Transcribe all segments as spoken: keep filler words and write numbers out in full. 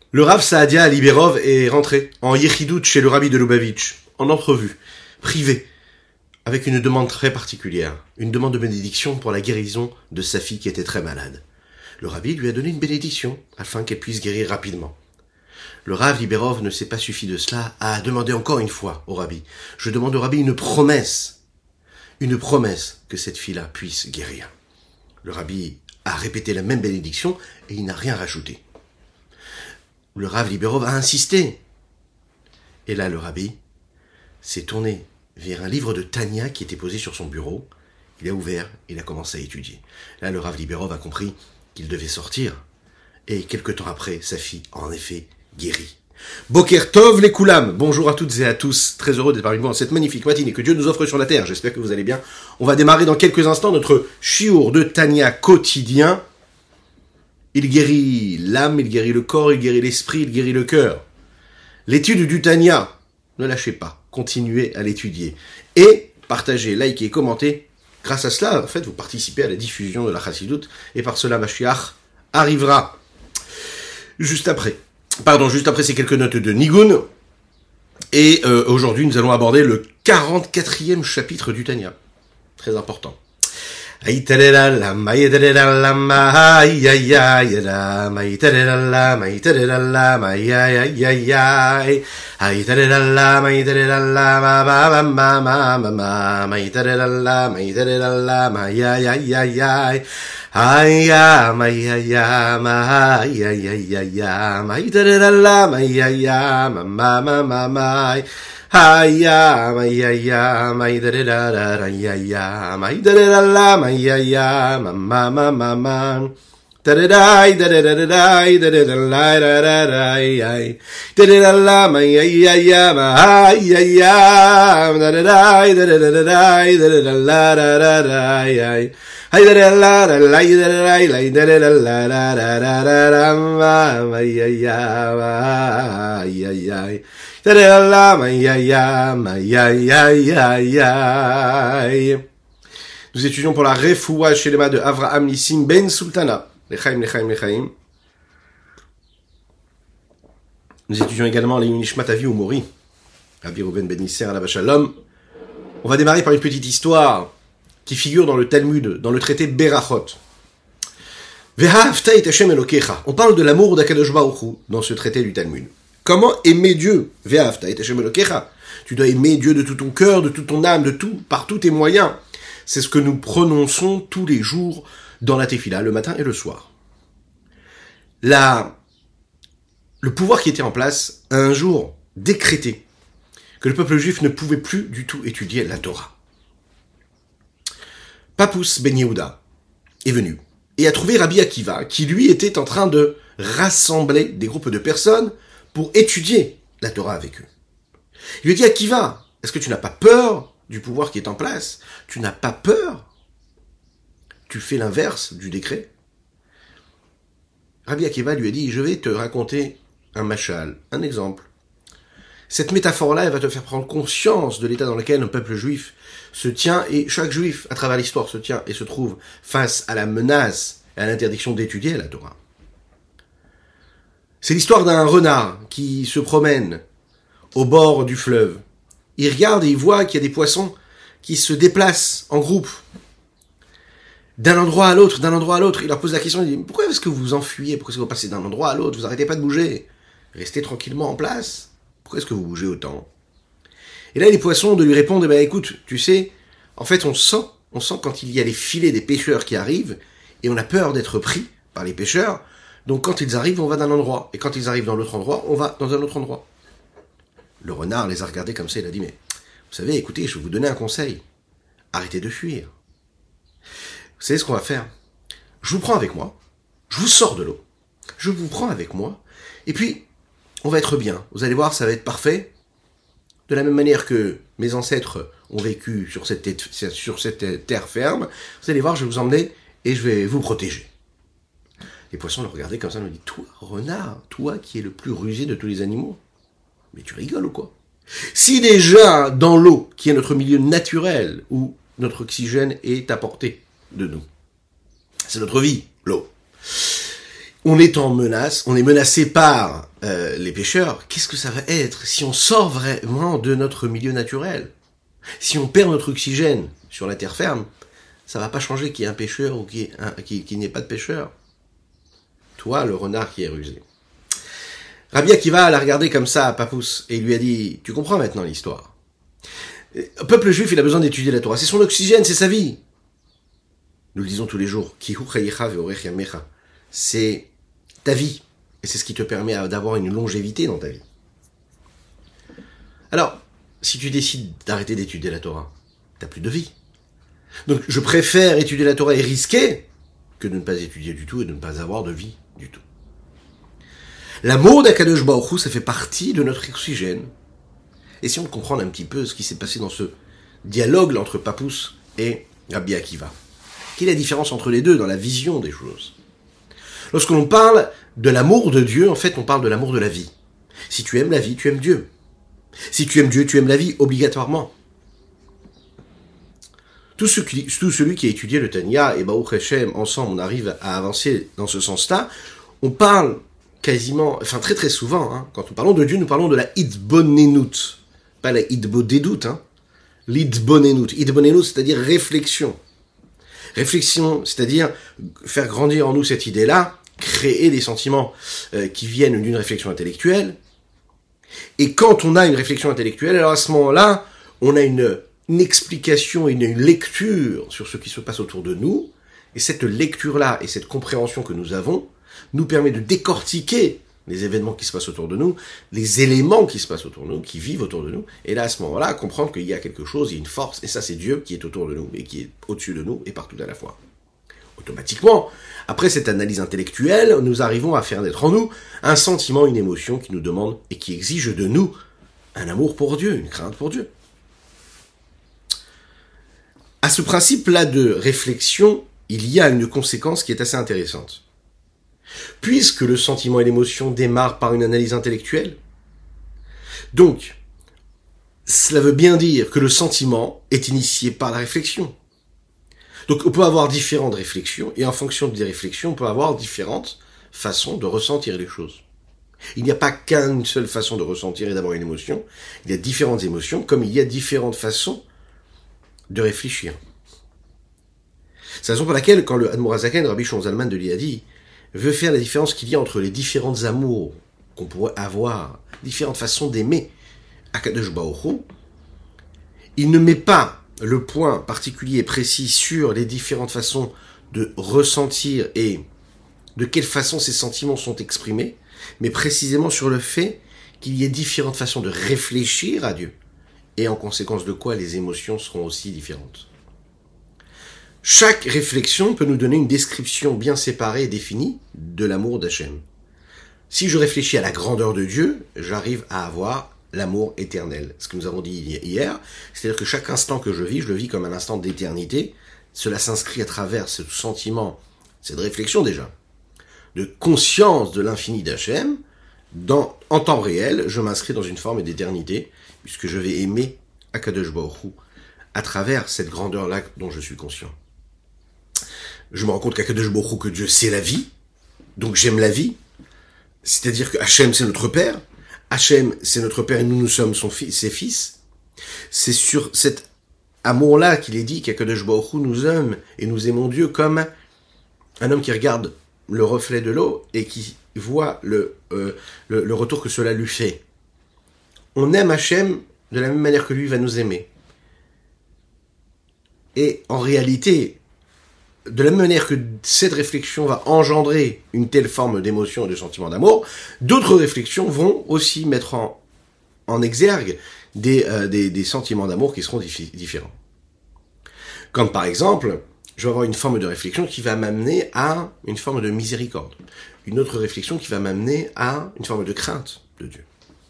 Le Rav Saadia Liberov est rentré en Yechidout chez le Rabbi de Lubavitch, en entrevue, privée, avec une demande très particulière, une demande de bénédiction pour la guérison de sa fille qui était très malade. Le Rabbi lui a donné une bénédiction, afin qu'elle puisse guérir rapidement. Le Rav Liberov ne s'est pas suffi de cela, a demandé encore une fois au Rabbi. Je demande au Rabbi une promesse, une promesse que cette fille-là puisse guérir. Le Rabbi a répété la même bénédiction et il n'a rien rajouté. Le Rav Liberov a insisté. Et là, le Rabbi s'est tourné vers un livre de Tania qui était posé sur son bureau. Il a ouvert, il a commencé à étudier. Là, le Rav Liberov a compris qu'il devait sortir. Et quelque temps après, sa fille a en effet guéri. Boker Tov les Koulam. Bonjour à toutes et à tous. Très heureux d'être parmi vous en cette magnifique matinée que Dieu nous offre sur la terre. J'espère que vous allez bien. On va démarrer dans quelques instants notre shiur de Tania quotidien. Il guérit l'âme, il guérit le corps, il guérit l'esprit, il guérit le cœur. L'étude du Tania, ne lâchez pas, continuez à l'étudier. Et partagez, likez, commentez. Grâce à cela, en fait, vous participez à la diffusion de la Chassidut, et par cela, Mashiach arrivera. Juste après, pardon, juste après ces quelques notes de Nigun, et euh, aujourd'hui, nous allons aborder le quarante-quatrième chapitre du Tania. Très important. Aïtarela maïtarela maïaïaïra maïtarela maïtarela maïaïaïaï aïtarela maïtarela ma ma ma ma maïtarela maïtarela maïaïaïaï aïa maïaïa maïaïaïa maïtarela maïaïa ma ma ma ma Haya, mayaya, maïdarela, maïdarela, maïaya, mama, mama, mama. Tadadai, dadadadai, dadadadai, dadadala, maïaya, maïaya, dadadai, dadadadai, dadadadai, Haydarela, laïdarela, laïdarela, dadadadada, maïaya, maïaya. Nous étudions pour la Refoua Shelema de Avraham Nissim Ben Sultana. Lechaim, lechaim, lechaim. Nous étudions également les Nishmat Avi ou Mori. Rabbi Reuven Ben Nisser Alav Shalom. On va démarrer par une petite histoire qui figure dans le Talmud, dans le traité Berachot. Ve'ahavta et Hashem Elokecha. On parle de l'amour d'Akadosh Baruch Hu dans ce traité du Talmud. Comment aimer Dieu? Ve'ahavta et Hashem Elokecha. Tu dois aimer Dieu de tout ton cœur, de toute ton âme, de tout, par tous tes moyens. C'est ce que nous prononçons tous les jours dans la Tefila, le matin et le soir. La, le pouvoir qui était en place a un jour décrété que le peuple juif ne pouvait plus du tout étudier la Torah. Papus Ben Yehuda est venu et a trouvé Rabbi Akiva, qui lui était en train de rassembler des groupes de personnes pour étudier la Torah avec eux. Il lui dit, Akiva, est-ce que tu n'as pas peur du pouvoir qui est en place? Tu n'as pas peur? Tu fais l'inverse du décret? Rabbi Akiva lui a dit, je vais te raconter un mashal, un exemple. Cette métaphore-là, elle va te faire prendre conscience de l'état dans lequel un peuple juif se tient, et chaque juif, à travers l'histoire, se tient et se trouve face à la menace et à l'interdiction d'étudier la Torah. C'est l'histoire d'un renard qui se promène au bord du fleuve. Il regarde et il voit qu'il y a des poissons qui se déplacent en groupe. D'un endroit à l'autre, d'un endroit à l'autre. Il leur pose la question, il dit, pourquoi est-ce que vous vous enfuyez? Pourquoi est-ce que vous passez d'un endroit à l'autre? Vous arrêtez pas de bouger. Restez tranquillement en place. Pourquoi est-ce que vous bougez autant? Et là, les poissons de lui répondent, eh ben, écoute, tu sais, en fait, on sent, on sent quand il y a les filets des pêcheurs qui arrivent, et on a peur d'être pris par les pêcheurs. Donc quand ils arrivent, on va d'un endroit. Et quand ils arrivent dans l'autre endroit, on va dans un autre endroit. Le renard les a regardés comme ça, il a dit, mais vous savez, écoutez, je vais vous donner un conseil. Arrêtez de fuir. Vous savez ce qu'on va faire? Je vous prends avec moi, je vous sors de l'eau, je vous prends avec moi, et puis on va être bien. Vous allez voir, ça va être parfait. De la même manière que mes ancêtres ont vécu sur cette, tête, sur cette terre ferme, vous allez voir, je vais vous emmener et je vais vous protéger. Les poissons le regardaient comme ça, ils me disent, toi, renard, toi qui es le plus rusé de tous les animaux, mais tu rigoles ou quoi? Si déjà, dans l'eau, qui est notre milieu naturel, où notre oxygène est apporté de nous, c'est notre vie, l'eau, on est en menace, on est menacé par euh, les pêcheurs, qu'est-ce que ça va être si on sort vraiment de notre milieu naturel? Si on perd notre oxygène sur la terre ferme, ça va pas changer qu'il y ait un pêcheur ou qu'il n'y qu ait pas de pêcheur. Toi, le renard qui est rusé. Rabbi Akiva l'a regardé comme ça à Papouse et il lui a dit, tu comprends maintenant l'histoire. Le peuple juif, il a besoin d'étudier la Torah. C'est son oxygène, c'est sa vie. Nous le disons tous les jours. C'est ta vie. Et c'est ce qui te permet d'avoir une longévité dans ta vie. Alors, si tu décides d'arrêter d'étudier la Torah, t'as plus de vie. Donc, je préfère étudier la Torah et risquer que de ne pas étudier du tout et de ne pas avoir de vie du tout. L'amour d'Akadosh Baruch Hu, ça fait partie de notre oxygène. Essayons de comprendre un petit peu ce qui s'est passé dans ce dialogue entre Papouse et Rabbi Akiva. Quelle est la différence entre les deux dans la vision des choses? Lorsque l'on parle de l'amour de Dieu, en fait, on parle de l'amour de la vie. Si tu aimes la vie, tu aimes Dieu. Si tu aimes Dieu, tu aimes la vie, obligatoirement. Tout, ce qui, tout celui qui a étudié le Tanya et Baruch Hashem, ensemble, on arrive à avancer dans ce sens-là, on parle quasiment, enfin très très souvent, hein, quand nous parlons de Dieu, nous parlons de la Idbonenut, pas la Idbodedut, hein, l'Idbonenut. Idbonenut, c'est-à-dire réflexion. Réflexion, c'est-à-dire faire grandir en nous cette idée-là, créer des sentiments euh, qui viennent d'une réflexion intellectuelle. Et quand on a une réflexion intellectuelle, alors à ce moment-là, on a une, une explication, une, une lecture sur ce qui se passe autour de nous. Et cette lecture-là et cette compréhension que nous avons nous permet de décortiquer les événements qui se passent autour de nous, les éléments qui se passent autour de nous, qui vivent autour de nous, et là, à ce moment-là, comprendre qu'il y a quelque chose, il y a une force, et ça, c'est Dieu qui est autour de nous, et qui est au-dessus de nous, et partout à la fois. Automatiquement, après cette analyse intellectuelle, nous arrivons à faire naître en nous un sentiment, une émotion qui nous demande, et qui exige de nous, un amour pour Dieu, une crainte pour Dieu. À ce principe-là de réflexion, il y a une conséquence qui est assez intéressante. Puisque le sentiment et l'émotion démarrent par une analyse intellectuelle, donc, cela veut bien dire que le sentiment est initié par la réflexion. Donc, on peut avoir différentes réflexions, et en fonction des réflexions, on peut avoir différentes façons de ressentir les choses. Il n'y a pas qu'une seule façon de ressentir et d'avoir une émotion, il y a différentes émotions, comme il y a différentes façons de réfléchir. C'est la raison pour laquelle, quand le Admor HaZaken, Rabbi Shimon Zalman de Liadi, veut faire la différence qu'il y a entre les différentes amours qu'on pourrait avoir, différentes façons d'aimer Akadosh Baruch Hu, il ne met pas le point particulier et précis sur les différentes façons de ressentir et de quelle façon ces sentiments sont exprimés, mais précisément sur le fait qu'il y ait différentes façons de réfléchir à Dieu, et en conséquence de quoi les émotions seront aussi différentes. Chaque réflexion peut nous donner une description bien séparée et définie de l'amour d'Hachem. Si je réfléchis à la grandeur de Dieu, j'arrive à avoir l'amour éternel. Ce que nous avons dit hier, c'est-à-dire que chaque instant que je vis, je le vis comme un instant d'éternité. Cela s'inscrit à travers ce sentiment, cette réflexion déjà, de conscience de l'infini d'Hachem. Dans, en temps réel, je m'inscris dans une forme d'éternité, puisque je vais aimer Akadosh Baruch Hu à travers cette grandeur-là dont je suis conscient. Je me rends compte qu'Akadosh Baruch Hu, que Dieu, c'est la vie, donc j'aime la vie, c'est-à-dire que Hachem, c'est notre Père, Hachem, c'est notre Père et nous, nous sommes son fils, ses fils. C'est sur cet amour-là qu'il est dit qu'Akadosh Baruch Hu nous aime et nous aimons Dieu comme un homme qui regarde le reflet de l'eau et qui voit le, euh, le, le retour que cela lui fait. On aime Hachem de la même manière que lui va nous aimer. Et en réalité, de la même manière que cette réflexion va engendrer une telle forme d'émotion et de sentiment d'amour, d'autres réflexions vont aussi mettre en, en exergue des, euh, des, des sentiments d'amour qui seront dif- différents. Comme par exemple, je vais avoir une forme de réflexion qui va m'amener à une forme de miséricorde. Une autre réflexion qui va m'amener à une forme de crainte de Dieu.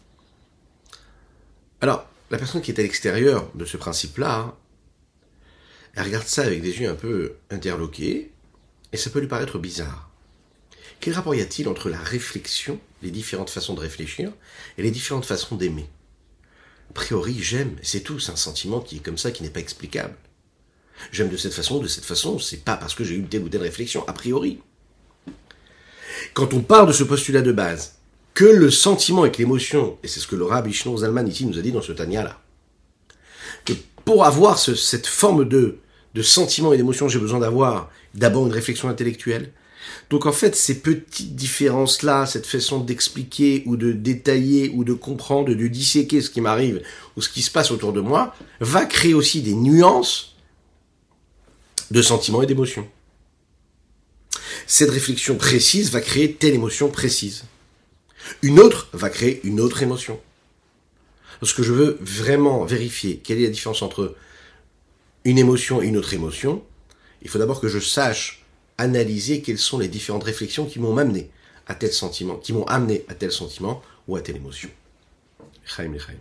Alors, la personne qui est à l'extérieur de ce principe-là, elle regarde ça avec des yeux un peu interloqués, et ça peut lui paraître bizarre. Quel rapport y a-t-il entre la réflexion, les différentes façons de réfléchir, et les différentes façons d'aimer? A priori, j'aime, c'est tout, c'est un sentiment qui est comme ça, qui n'est pas explicable. J'aime de cette façon, de cette façon, c'est pas parce que j'ai eu telle ou telle réflexion, a priori. Quand on part de ce postulat de base, que le sentiment et que l'émotion, et c'est ce que le Rabbi Shneur Zalman ici nous a dit dans ce Tanya-là, que pour avoir ce, cette forme de, de sentiment et d'émotion, j'ai besoin d'avoir d'abord une réflexion intellectuelle. Donc en fait, ces petites différences-là, cette façon d'expliquer ou de détailler ou de comprendre, de disséquer ce qui m'arrive ou ce qui se passe autour de moi, va créer aussi des nuances de sentiments et d'émotions. Cette réflexion précise va créer telle émotion précise. Une autre va créer une autre émotion. Lorsque je veux vraiment vérifier quelle est la différence entre une émotion et une autre émotion, il faut d'abord que je sache analyser quelles sont les différentes réflexions qui m'ont amené à tel sentiment, qui m'ont amené à tel sentiment ou à telle émotion. Chaim Chaim.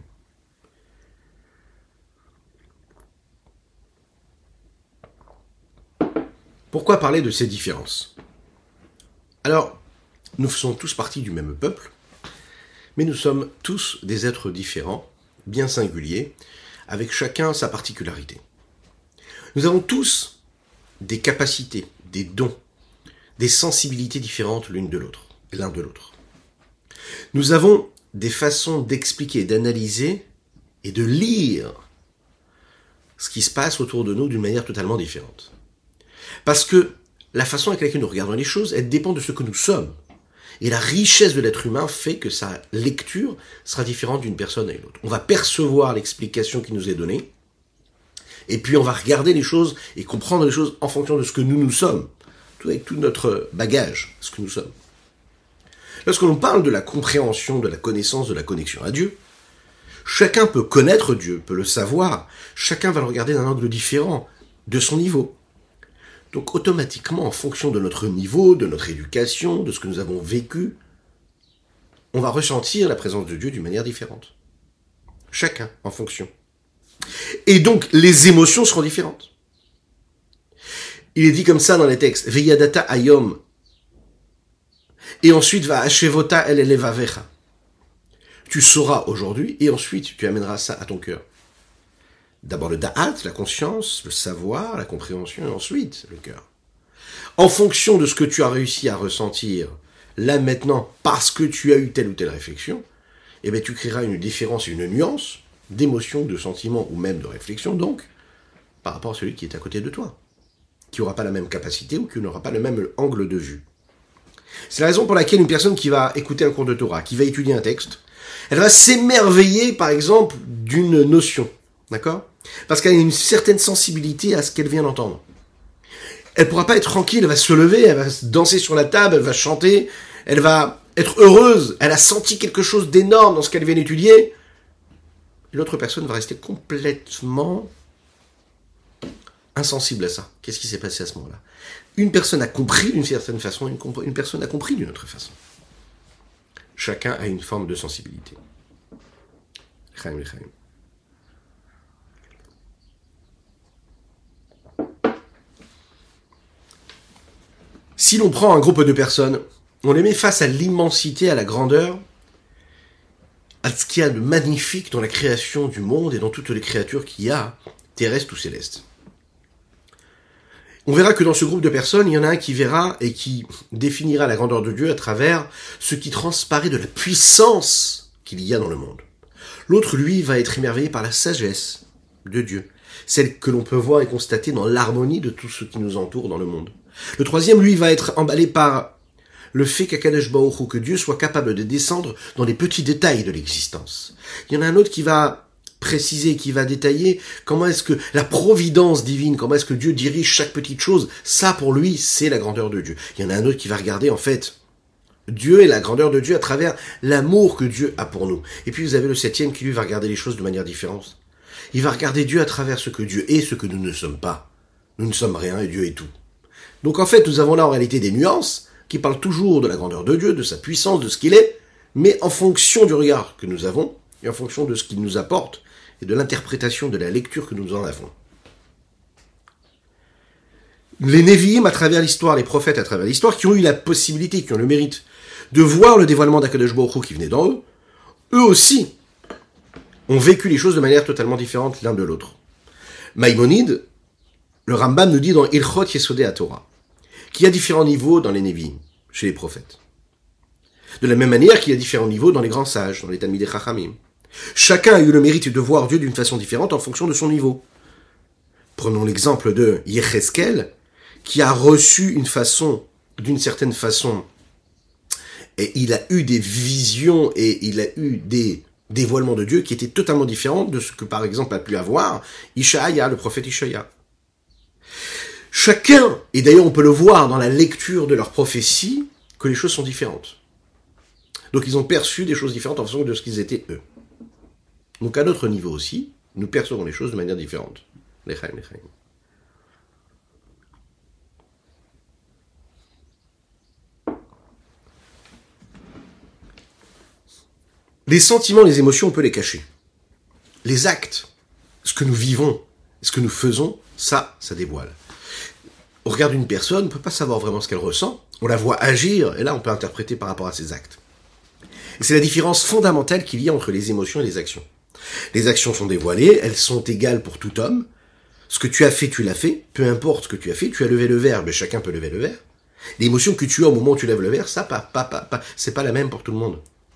Pourquoi parler de ces différences? Alors, nous faisons tous partie du même peuple, mais nous sommes tous des êtres différents, bien singuliers, avec chacun sa particularité. Nous avons tous des capacités, des dons, des sensibilités différentes l'une de l'autre, l'un de l'autre. Nous avons des façons d'expliquer, d'analyser et de lire ce qui se passe autour de nous d'une manière totalement différente. Parce que la façon avec laquelle nous regardons les choses, elle dépend de ce que nous sommes. Et la richesse de l'être humain fait que sa lecture sera différente d'une personne à une autre. On va percevoir l'explication qui nous est donnée, et puis on va regarder les choses et comprendre les choses en fonction de ce que nous nous sommes, tout avec tout notre bagage, ce que nous sommes. Lorsque l'on parle de la compréhension, de la connaissance, de la connexion à Dieu, chacun peut connaître Dieu, peut le savoir, chacun va le regarder d'un angle différent, de son niveau. Donc automatiquement, en fonction de notre niveau, de notre éducation, de ce que nous avons vécu, on va ressentir la présence de Dieu d'une manière différente. Chacun en fonction. Et donc, les émotions seront différentes. Il est dit comme ça dans les textes, Veyadata ayom. Et ensuite, va Hashevota el elevavecha. Tu sauras aujourd'hui, et ensuite, tu amèneras ça à ton cœur. D'abord le da'at, la conscience, le savoir, la compréhension, et ensuite le cœur. En fonction de ce que tu as réussi à ressentir, là maintenant, parce que tu as eu telle ou telle réflexion, eh bien tu créeras une différence et une nuance d'émotion, de sentiment ou même de réflexion, donc, par rapport à celui qui est à côté de toi, qui n'aura pas la même capacité ou qui n'aura pas le même angle de vue. C'est la raison pour laquelle une personne qui va écouter un cours de Torah, qui va étudier un texte, elle va s'émerveiller, par exemple, d'une notion. D'accord ? Parce qu'elle a une certaine sensibilité à ce qu'elle vient d'entendre. Elle ne pourra pas être tranquille, elle va se lever, elle va danser sur la table, elle va chanter, elle va être heureuse, elle a senti quelque chose d'énorme dans ce qu'elle vient d'étudier. L'autre personne va rester complètement insensible à ça. Qu'est-ce qui s'est passé à ce moment-là ? Une personne a compris d'une certaine façon, une, comp- une personne a compris d'une autre façon. Chacun a une forme de sensibilité. Chaim, chaim. Si l'on prend un groupe de personnes, on les met face à l'immensité, à la grandeur, à ce qu'il y a de magnifique dans la création du monde et dans toutes les créatures qu'il y a, terrestres ou célestes. On verra que dans ce groupe de personnes, il y en a un qui verra et qui définira la grandeur de Dieu à travers ce qui transparaît de la puissance qu'il y a dans le monde. L'autre, lui, va être émerveillé par la sagesse de Dieu, celle que l'on peut voir et constater dans l'harmonie de tout ce qui nous entoure dans le monde. Le troisième, lui, va être emballé par le fait qu'Akadosh Baruch Hu, que Dieu soit capable de descendre dans les petits détails de l'existence. Il y en a un autre qui va préciser, qui va détailler comment est-ce que la providence divine, comment est-ce que Dieu dirige chaque petite chose, ça pour lui, c'est la grandeur de Dieu. Il y en a un autre qui va regarder en fait Dieu et la grandeur de Dieu à travers l'amour que Dieu a pour nous. Et puis vous avez le septième qui lui va regarder les choses de manière différente. Il va regarder Dieu à travers ce que Dieu est, ce que nous ne sommes pas. Nous ne sommes rien et Dieu est tout. Donc en fait, nous avons là en réalité des nuances qui parlent toujours de la grandeur de Dieu, de sa puissance, de ce qu'il est, mais en fonction du regard que nous avons et en fonction de ce qu'il nous apporte et de l'interprétation de la lecture que nous en avons. Les Névi'im à travers l'histoire, les prophètes à travers l'histoire, qui ont eu la possibilité, qui ont le mérite de voir le dévoilement d'Akadosh Baruch Hu qui venait d'en eux, eux aussi ont vécu les choses de manière totalement différente l'un de l'autre. Maïmonide, le Rambam nous dit dans Ilchot Yesodei HaTorah qu'il y a différents niveaux dans les Névi'im, chez les prophètes. De la même manière qu'il y a différents niveaux dans les grands sages, dans les Talmidei Chachamim. Chacun a eu le mérite de voir Dieu d'une façon différente en fonction de son niveau. Prenons l'exemple de Yecheskel, qui a reçu une façon, d'une certaine façon, et il a eu des visions et il a eu des dévoilements de Dieu qui étaient totalement différents de ce que, par exemple, a pu avoir Ishaïa, le prophète Ishaïa. Chacun, et d'ailleurs on peut le voir dans la lecture de leurs prophéties, que les choses sont différentes. Donc ils ont perçu des choses différentes en fonction de ce qu'ils étaient eux. Donc à notre niveau aussi, nous percevons les choses de manière différente. Lechaim, lechaim. Les sentiments, les émotions, on peut les cacher. Les actes, ce que nous vivons, ce que nous faisons, ça, ça dévoile. On regarde une personne, on ne peut pas savoir vraiment ce qu'elle ressent, on la voit agir, et là on peut interpréter par rapport à ses actes. Et c'est la différence fondamentale qu'il y a entre les émotions et les actions. Les actions sont dévoilées, elles sont égales pour tout homme. Ce que tu as fait, tu l'as fait, peu importe ce que tu as fait, tu as levé le verre, mais chacun peut lever le verre. L'émotion que tu as au moment où tu lèves le verre, ça, pas, pas, pas, pas, c'est pas la même pour tout le monde.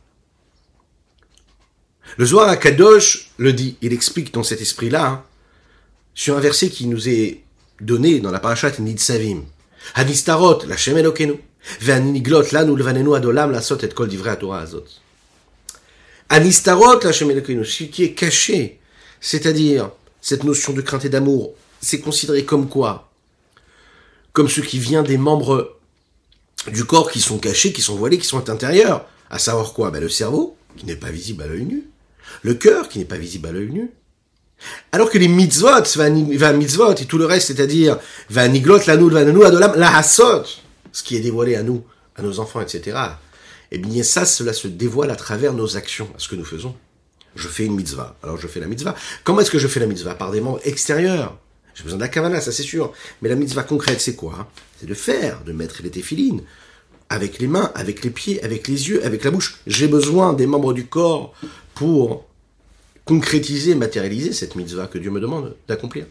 Le Zohar HaKadosh le dit, il explique dans cet esprit-là, hein, sur un verset qui nous est donné dans la parashat Nitzavim. Hanistarot, la Shem Elokenu, ve'aniglot lanu levanenu adolam lasot et kol divrei haTorah azot. Hanistarot, la Shem Elokenu, ce qui est caché, c'est-à-dire cette notion de crainte et d'amour, c'est considéré comme quoi? Comme ce qui vient des membres du corps qui sont cachés, qui sont voilés, qui sont à l'intérieur. À savoir quoi? Ben, le cerveau, qui n'est pas visible à l'œil nu. Le cœur, qui n'est pas visible à l'œil nu. Alors que les mitzvot, va mitzvot et tout le reste, c'est-à-dire va niglot lanu vananu adolam la hasot, ce qui est dévoilé à nous, à nos enfants, et cetera. Eh bien ça, cela se dévoile à travers nos actions, à ce que nous faisons. Je fais une mitzvah, alors je fais la mitzvah. Comment est-ce que je fais la mitzvah? Par des membres extérieurs. J'ai besoin d'un kavana, ça c'est sûr. Mais la mitzvah concrète, c'est quoi? C'est de faire, de mettre les téphilines, avec les mains, avec les pieds, avec les yeux, avec la bouche. J'ai besoin des membres du corps pour concrétiser, matérialiser cette mitzvah que Dieu me demande d'accomplir.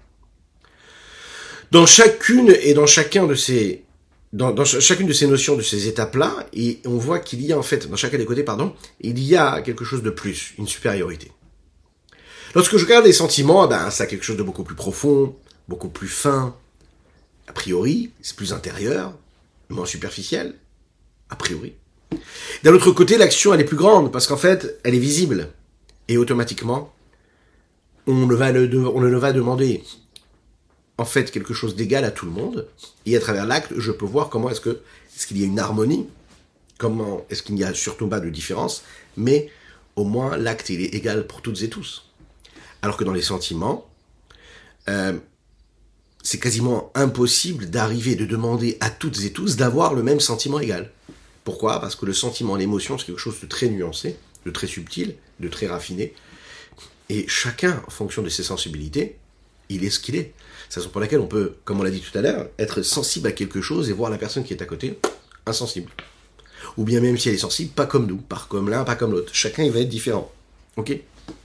Dans chacune et dans chacun de ces, dans, dans chacune de ces notions, de ces étapes-là, et on voit qu'il y a en fait, dans chacun des côtés, pardon, il y a quelque chose de plus, une supériorité. Lorsque je regarde les sentiments, ben, ça a quelque chose de beaucoup plus profond, beaucoup plus fin, a priori, c'est plus intérieur, moins superficiel, a priori. D'un autre côté, l'action, elle est plus grande, parce qu'en fait, elle est visible. Et automatiquement, on ne va, le, on ne va demander, en fait, quelque chose d'égal à tout le monde. Et à travers l'acte, je peux voir comment est-ce que, est-ce qu'il y a une harmonie, comment est-ce qu'il n'y a surtout pas de différence, mais au moins, l'acte, il est égal pour toutes et tous. Alors que dans les sentiments, euh, c'est quasiment impossible d'arriver, de demander à toutes et tous d'avoir le même sentiment égal. Pourquoi? Parce que le sentiment, l'émotion, c'est quelque chose de très nuancé, de très subtil, de très raffiné. Et chacun, en fonction de ses sensibilités, il est ce qu'il est. C'est la raison pour laquelle on peut, comme on l'a dit tout à l'heure, être sensible à quelque chose et voir la personne qui est à côté insensible. Ou bien même si elle est sensible, pas comme nous, pas comme l'un, pas comme l'autre. Chacun, il va être différent. Ok?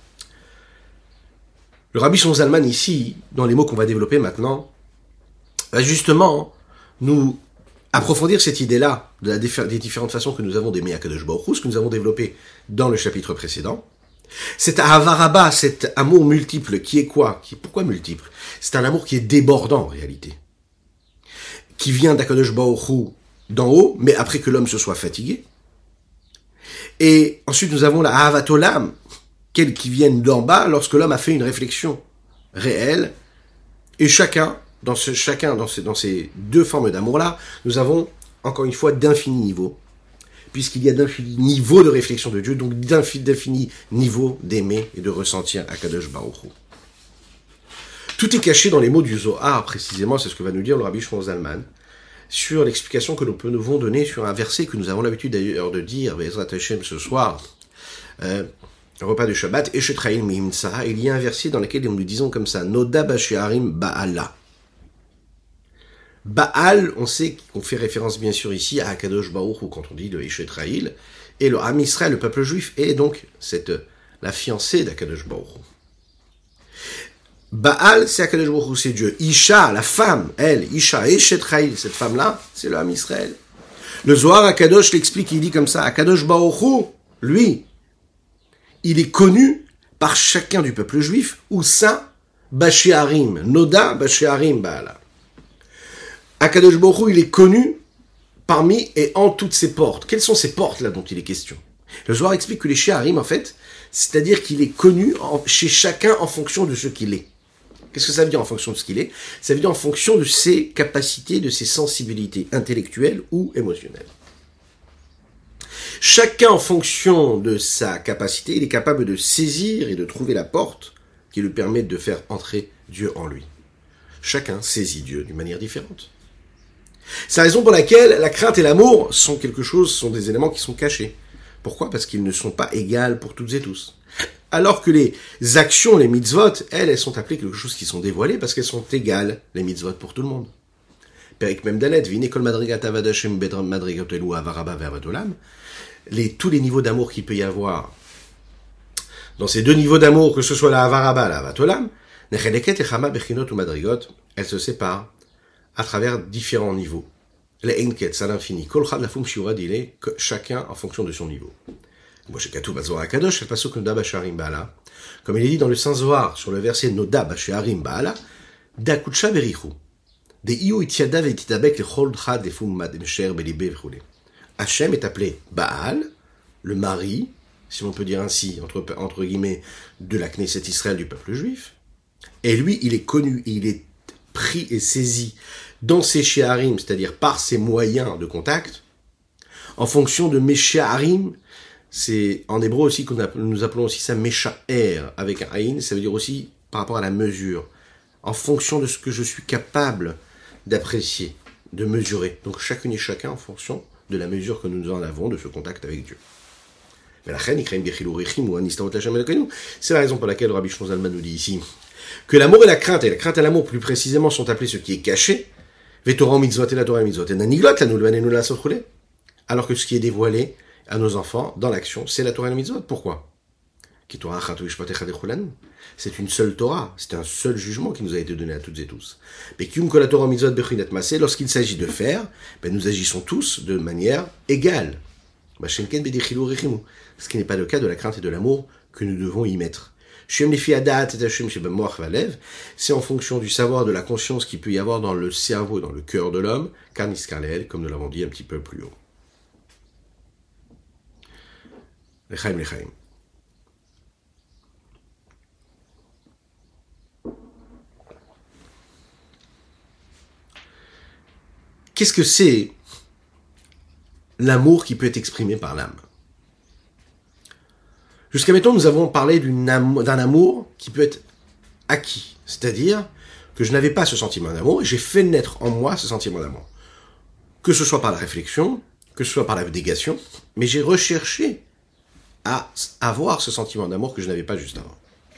Le Rabbi Shlomo Zalman, ici, dans les mots qu'on va développer maintenant, va justement nous approfondir cette idée-là de la défi- des différentes façons que nous avons d'aimer Akadosh Baruch Hu, ce que nous avons développé dans le chapitre précédent. Cet avaraba, cet amour multiple, qui est quoi? Qui, pourquoi multiple? C'est un amour qui est débordant en réalité, qui vient d'Akadosh Baruch Hu d'en haut, mais après que l'homme se soit fatigué. Et ensuite nous avons la Ahavat Olam, quelles qui viennent d'en bas lorsque l'homme a fait une réflexion réelle. Et chacun, dans, ce, chacun dans, ce, dans ces deux formes d'amour-là, nous avons, encore une fois, d'infinis niveaux, puisqu'il y a d'infinis niveaux de réflexion de Dieu, donc d'infinis niveaux d'aimer et de ressentir Akadosh Baruch Hu. Tout est caché dans les mots du Zohar, précisément, c'est ce que va nous dire le Rabbi Shlomo Zalman, sur l'explication que nous pouvons donner sur un verset que nous avons l'habitude d'ailleurs de dire, Be'ezrat Hashem, ce soir, euh, repas de Shabbat, Eshet Chayil Mihimtsa, il y a un verset dans lequel nous disons comme ça, Noda Basheharim Ba'ala. Baal, on sait qu'on fait référence bien sûr ici à Akadosh Baruch Hu quand on dit le Eshet Chayil, et le Am Israël, le peuple juif, est donc cette, la fiancée d'Akadosh Baruch Hu. Baal, c'est Akadosh Baruch Hu, c'est Dieu. Isha, la femme, elle, Isha, Eshet Chayil, cette femme-là, c'est le Am Israël. Le Zohar Akadosh l'explique, il dit comme ça, Akadosh Baruch Hu, lui, il est connu par chacun du peuple juif, ou ça, Bashéarim, Noda Bashéarim Baala. Akadosh Baruch Hu, il est connu parmi et en toutes ses portes. Quelles sont ces portes là dont il est question? Le Zohar explique que les Sheharim, en fait, c'est-à-dire qu'il est connu en, chez chacun en fonction de ce qu'il est. Qu'est-ce que ça veut dire en fonction de ce qu'il est? Ça veut dire en fonction de ses capacités, de ses sensibilités intellectuelles ou émotionnelles. Chacun en fonction de sa capacité, il est capable de saisir et de trouver la porte qui lui permet de faire entrer Dieu en lui. Chacun saisit Dieu d'une manière différente. C'est la raison pour laquelle la crainte et l'amour sont quelque chose, sont des éléments qui sont cachés. Pourquoi? Parce qu'ils ne sont pas égaux pour toutes et tous. Alors que les actions, les mitzvot, elles, elles sont appelées quelque chose qui sont dévoilées parce qu'elles sont égales, les mitzvot, pour tout le monde. Perik Mem Dalet, Vine Kol Madrigat Avad Hashem Bedram Madrigat Elu Avaraba Ve'avat Olam. Les, tous les niveaux d'amour qu'il peut y avoir dans ces deux niveaux d'amour, que ce soit la Avaraba, la Avat Olam, Necheleket Echama Bechinot ou Madrigot, elles se séparent à travers différents niveaux. Les Enket, c'est à l'infini. Kol Chad Lafum Shiurad, il est chacun en fonction de son niveau. Comme il est dit dans le Saint Zohar, sur le verset Noda Bashéarim Baala, Dakutsha Berichu, de Iu Itiada Vetitabek le Chol Chad Lefum Mademsher Belibe Vechule. Hachem est appelé Baal, le mari, si on peut dire ainsi, entre, entre guillemets, de la Knesset Israël du peuple juif. Et lui, il est connu, et il est pris et saisi dans ses Sheharim, c'est-à-dire par ses moyens de contact, en fonction de mes Sheharim. C'est en hébreu aussi que nous appelons aussi ça Meshaer avec un Aïn, ça veut dire aussi par rapport à la mesure, en fonction de ce que je suis capable d'apprécier, de mesurer. Donc chacune et chacun en fonction de la mesure que nous en avons de ce contact avec Dieu. C'est la raison pour laquelle Rabbi Shlomo Zalman nous dit ici que l'amour et la crainte, et la crainte et l'amour plus précisément, sont appelés ce qui est caché, alors que ce qui est dévoilé à nos enfants, dans l'action, c'est la Torah et la mitzvot. Pourquoi? C'est une seule Torah, c'est un seul jugement qui nous a été donné à toutes et tous. Mais lorsqu'il s'agit de faire, ben nous agissons tous de manière égale. Ce qui n'est pas le cas de la crainte et de l'amour que nous devons y mettre. C'est en fonction du savoir, de la conscience qu'il peut y avoir dans le cerveau, dans le cœur de l'homme, comme nous l'avons dit un petit peu plus haut. L'Echaim, l'Echaim. Qu'est-ce que c'est l'amour qui peut être exprimé par l'âme? Jusqu'à maintenant, nous avons parlé d'une am- d'un amour qui peut être acquis, c'est-à-dire que je n'avais pas ce sentiment d'amour et j'ai fait naître en moi ce sentiment d'amour. Que ce soit par la réflexion, que ce soit par l'abnégation, mais j'ai recherché à avoir ce sentiment d'amour que je n'avais pas juste avant.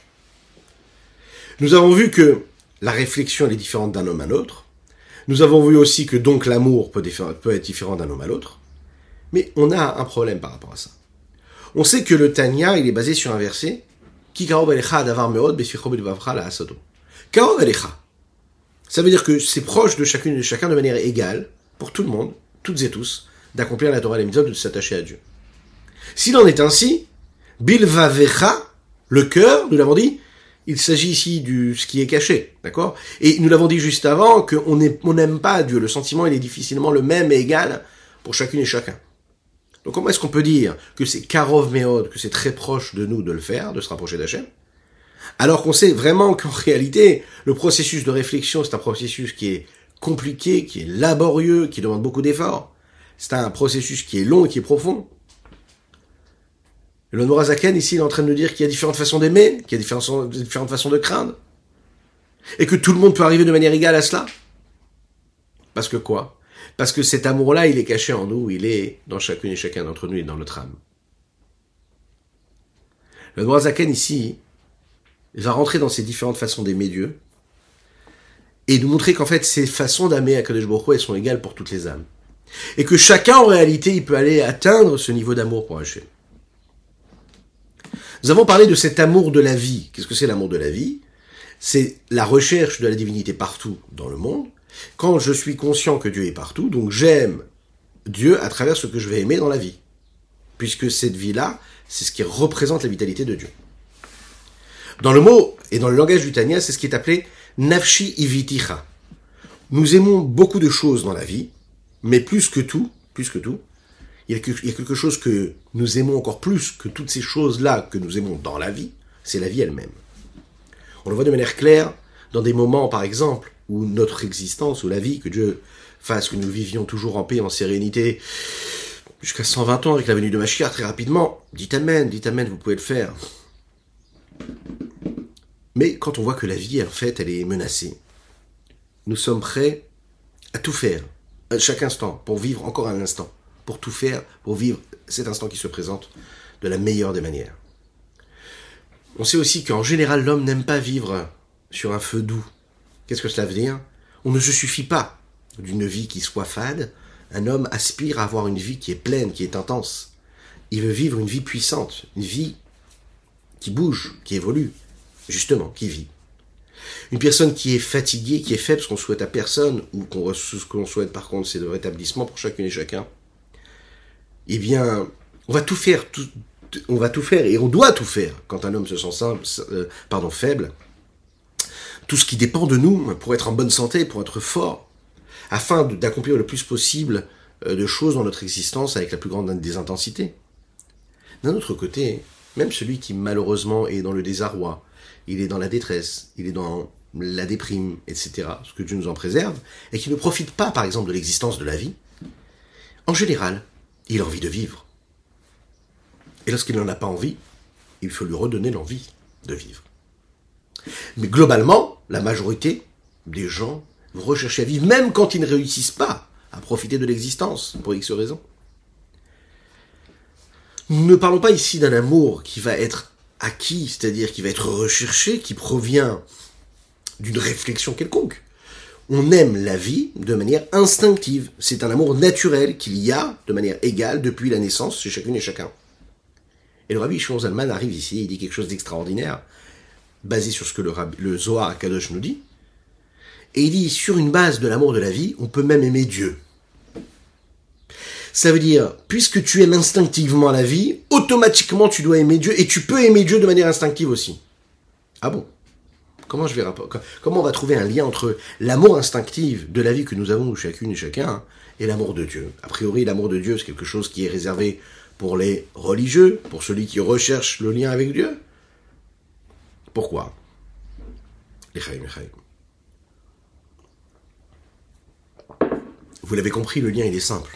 Nous avons vu que la réflexion elle est différente d'un homme à l'autre. Nous avons vu aussi que donc l'amour peut, diffé- peut être différent d'un homme à l'autre. Mais on a un problème par rapport à ça. On sait que le Tanya, il est basé sur un verset Ki karov elecha adavar meod beficho belvavcha la'asato. Karov elecha. Ça veut dire que c'est proche de chacune et de chacun de manière égale, pour tout le monde, toutes et tous, d'accomplir la Torah et les mitzvot, de s'attacher à Dieu. S'il en est ainsi, bilvavecha, le cœur, nous l'avons dit, il s'agit ici du ce qui est caché, d'accord? Et nous l'avons dit juste avant qu'on on n'aime pas Dieu. Le sentiment, il est difficilement le même et égal pour chacune et chacun. Donc comment est-ce qu'on peut dire que c'est karov meod, que c'est très proche de nous de le faire, de se rapprocher d'Hachem, alors qu'on sait vraiment qu'en réalité, le processus de réflexion, c'est un processus qui est compliqué, qui est laborieux, qui demande beaucoup d'efforts. C'est un processus qui est long et qui est profond. Le Nourazaken, ici, il est en train de nous dire qu'il y a différentes façons d'aimer, qu'il y a différentes, différentes façons de craindre, et que tout le monde peut arriver de manière égale à cela. Parce que quoi? Parce que cet amour-là, il est caché en nous, il est dans chacune et chacun d'entre nous et dans notre âme. Le Nourazaken, ici, il va rentrer dans ces différentes façons d'aimer Dieu, et nous montrer qu'en fait, ces façons d'aimer Akadosh Baruch Hu, elles sont égales pour toutes les âmes. Et que chacun, en réalité, il peut aller atteindre ce niveau d'amour pour Hachem. Nous avons parlé de cet amour de la vie. Qu'est-ce que c'est l'amour de la vie? C'est la recherche de la divinité partout dans le monde. Quand je suis conscient que Dieu est partout, donc j'aime Dieu à travers ce que je vais aimer dans la vie. Puisque cette vie-là, c'est ce qui représente la vitalité de Dieu. Dans le mot et dans le langage du Tanya, c'est ce qui est appelé nafshi iviticha. Nous aimons beaucoup de choses dans la vie, mais plus que tout, plus que tout, il y a quelque chose que nous aimons encore plus que toutes ces choses-là que nous aimons dans la vie, c'est la vie elle-même. On le voit de manière claire dans des moments, par exemple, où notre existence, ou la vie, que Dieu fasse que nous vivions toujours en paix, en sérénité, jusqu'à cent vingt ans avec la venue de Mashiach, très rapidement. Dites Amen, dites Amen, vous pouvez le faire. Mais quand on voit que la vie, en fait, elle est menacée, nous sommes prêts à tout faire, à chaque instant, pour vivre encore un instant, pour tout faire, pour vivre cet instant qui se présente de la meilleure des manières. On sait aussi qu'en général, l'homme n'aime pas vivre sur un feu doux. Qu'est-ce que cela veut dire? On ne se suffit pas d'une vie qui soit fade. Un homme aspire à avoir une vie qui est pleine, qui est intense. Il veut vivre une vie puissante, une vie qui bouge, qui évolue, justement, qui vit. Une personne qui est fatiguée, qui est faible, ce qu'on souhaite à personne, ou qu'on, ce que l'on souhaite par contre, c'est le rétablissement pour chacune et chacun, eh bien, on va tout faire, tout, on va tout faire, et on doit tout faire, quand un homme se sent simple, euh, pardon, faible, tout ce qui dépend de nous, pour être en bonne santé, pour être fort, afin d'accomplir le plus possible de choses dans notre existence avec la plus grande des intensités. D'un autre côté, même celui qui malheureusement est dans le désarroi, il est dans la détresse, il est dans la déprime, et cetera, ce que Dieu nous en préserve, et qui ne profite pas, par exemple, de l'existence de la vie, en général, il a envie de vivre. Et lorsqu'il n'en a pas envie, il faut lui redonner l'envie de vivre. Mais globalement, la majorité des gens vont rechercher à vivre, même quand ils ne réussissent pas à profiter de l'existence, pour X raisons. Nous ne parlons pas ici d'un amour qui va être acquis, c'est-à-dire qui va être recherché, qui provient d'une réflexion quelconque. On aime la vie de manière instinctive. C'est un amour naturel qu'il y a de manière égale depuis la naissance chez chacune et chacun. Et le Rabbi Shimon Zalman arrive ici, il dit quelque chose d'extraordinaire, basé sur ce que le, Rabbi, le Zohar HaKadosh nous dit. Et il dit, sur une base de l'amour de la vie, on peut même aimer Dieu. Ça veut dire, puisque tu aimes instinctivement la vie, automatiquement tu dois aimer Dieu, et tu peux aimer Dieu de manière instinctive aussi. Ah bon? Comment je vais rapport... Comment on va trouver un lien entre l'amour instinctif de la vie que nous avons chacune et chacun et l'amour de Dieu? A priori, l'amour de Dieu, c'est quelque chose qui est réservé pour les religieux, pour celui qui recherche le lien avec Dieu. Pourquoi? Les chaim, les chaim. Vous l'avez compris, le lien il est simple.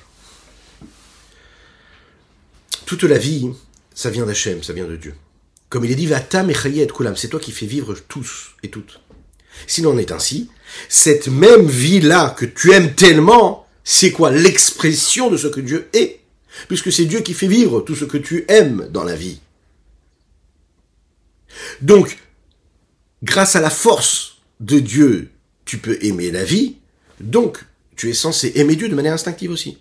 Toute la vie, ça vient d'Hachem, ça vient de Dieu. Comme il est dit, Vata mechaye et kulam, c'est toi qui fais vivre tous et toutes. S'il en est ainsi, cette même vie-là que tu aimes tellement, c'est quoi? L'expression de ce que Dieu est. Puisque c'est Dieu qui fait vivre tout ce que tu aimes dans la vie. Donc, grâce à la force de Dieu, tu peux aimer la vie, donc tu es censé aimer Dieu de manière instinctive aussi.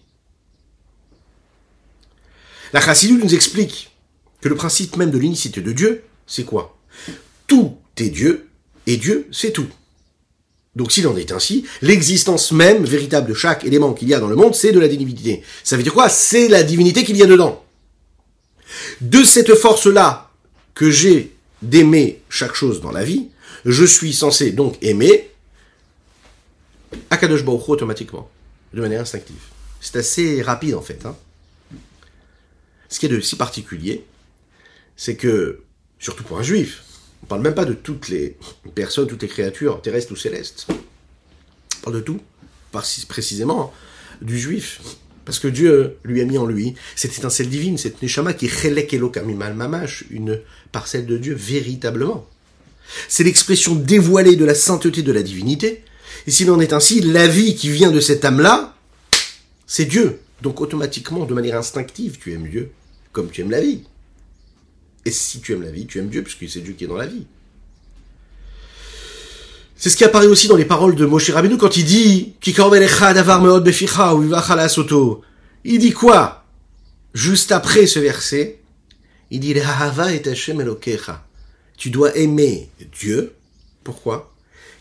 La Chassidut nous explique que le principe même de l'unicité de Dieu, c'est quoi? Tout est Dieu, et Dieu, c'est tout. Donc s'il en est ainsi, l'existence même véritable de chaque élément qu'il y a dans le monde, c'est de la divinité. Ça veut dire quoi? C'est la divinité qu'il y a dedans. De cette force-là que j'ai d'aimer chaque chose dans la vie, je suis censé donc aimer Akadosh Baruch Hu automatiquement, de manière instinctive. C'est assez rapide en fait. Hein. Ce qui est de si particulier, c'est que, surtout pour un juif, on ne parle même pas de toutes les personnes, toutes les créatures terrestres ou célestes. On parle de tout, précisément du juif. Parce que Dieu lui a mis en lui cette étincelle divine, cette neshama qui est chelek elokam imal mamash, une parcelle de Dieu véritablement. C'est l'expression dévoilée de la sainteté de la divinité. Et s'il en est ainsi, la vie qui vient de cette âme-là, c'est Dieu. Donc automatiquement, de manière instinctive, tu aimes Dieu comme tu aimes la vie. Et si tu aimes la vie, tu aimes Dieu, puisque c'est Dieu qui est dans la vie. C'est ce qui apparaît aussi dans les paroles de Moshe Rabbeinu quand il dit il dit quoi? Juste après ce verset, il dit tu dois aimer Dieu. Pourquoi?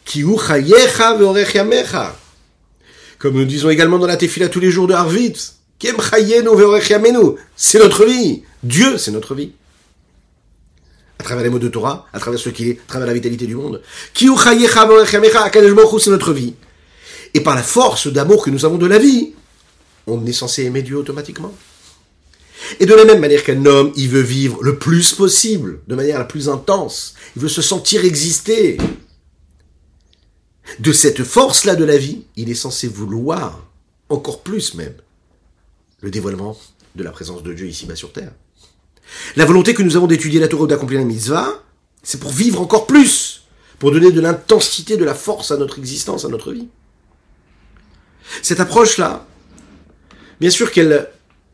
Comme nous disons également dans la Tefila tous les jours de Harvit, C'est notre vie. Dieu, c'est notre vie. À travers les mots de Torah, à travers ce qu'il est, à travers la vitalité du monde. C'est notre vie. Et par la force d'amour que nous avons de la vie, on est censé aimer Dieu automatiquement. Et de la même manière qu'un homme, il veut vivre le plus possible, de manière la plus intense, il veut se sentir exister. De cette force-là de la vie, il est censé vouloir, encore plus même, le dévoilement de la présence de Dieu ici-bas sur terre. La volonté que nous avons d'étudier la Torah ou d'accomplir la mitzvah, c'est pour vivre encore plus, pour donner de l'intensité, de la force à notre existence, à notre vie. Cette approche-là, bien sûr qu'elle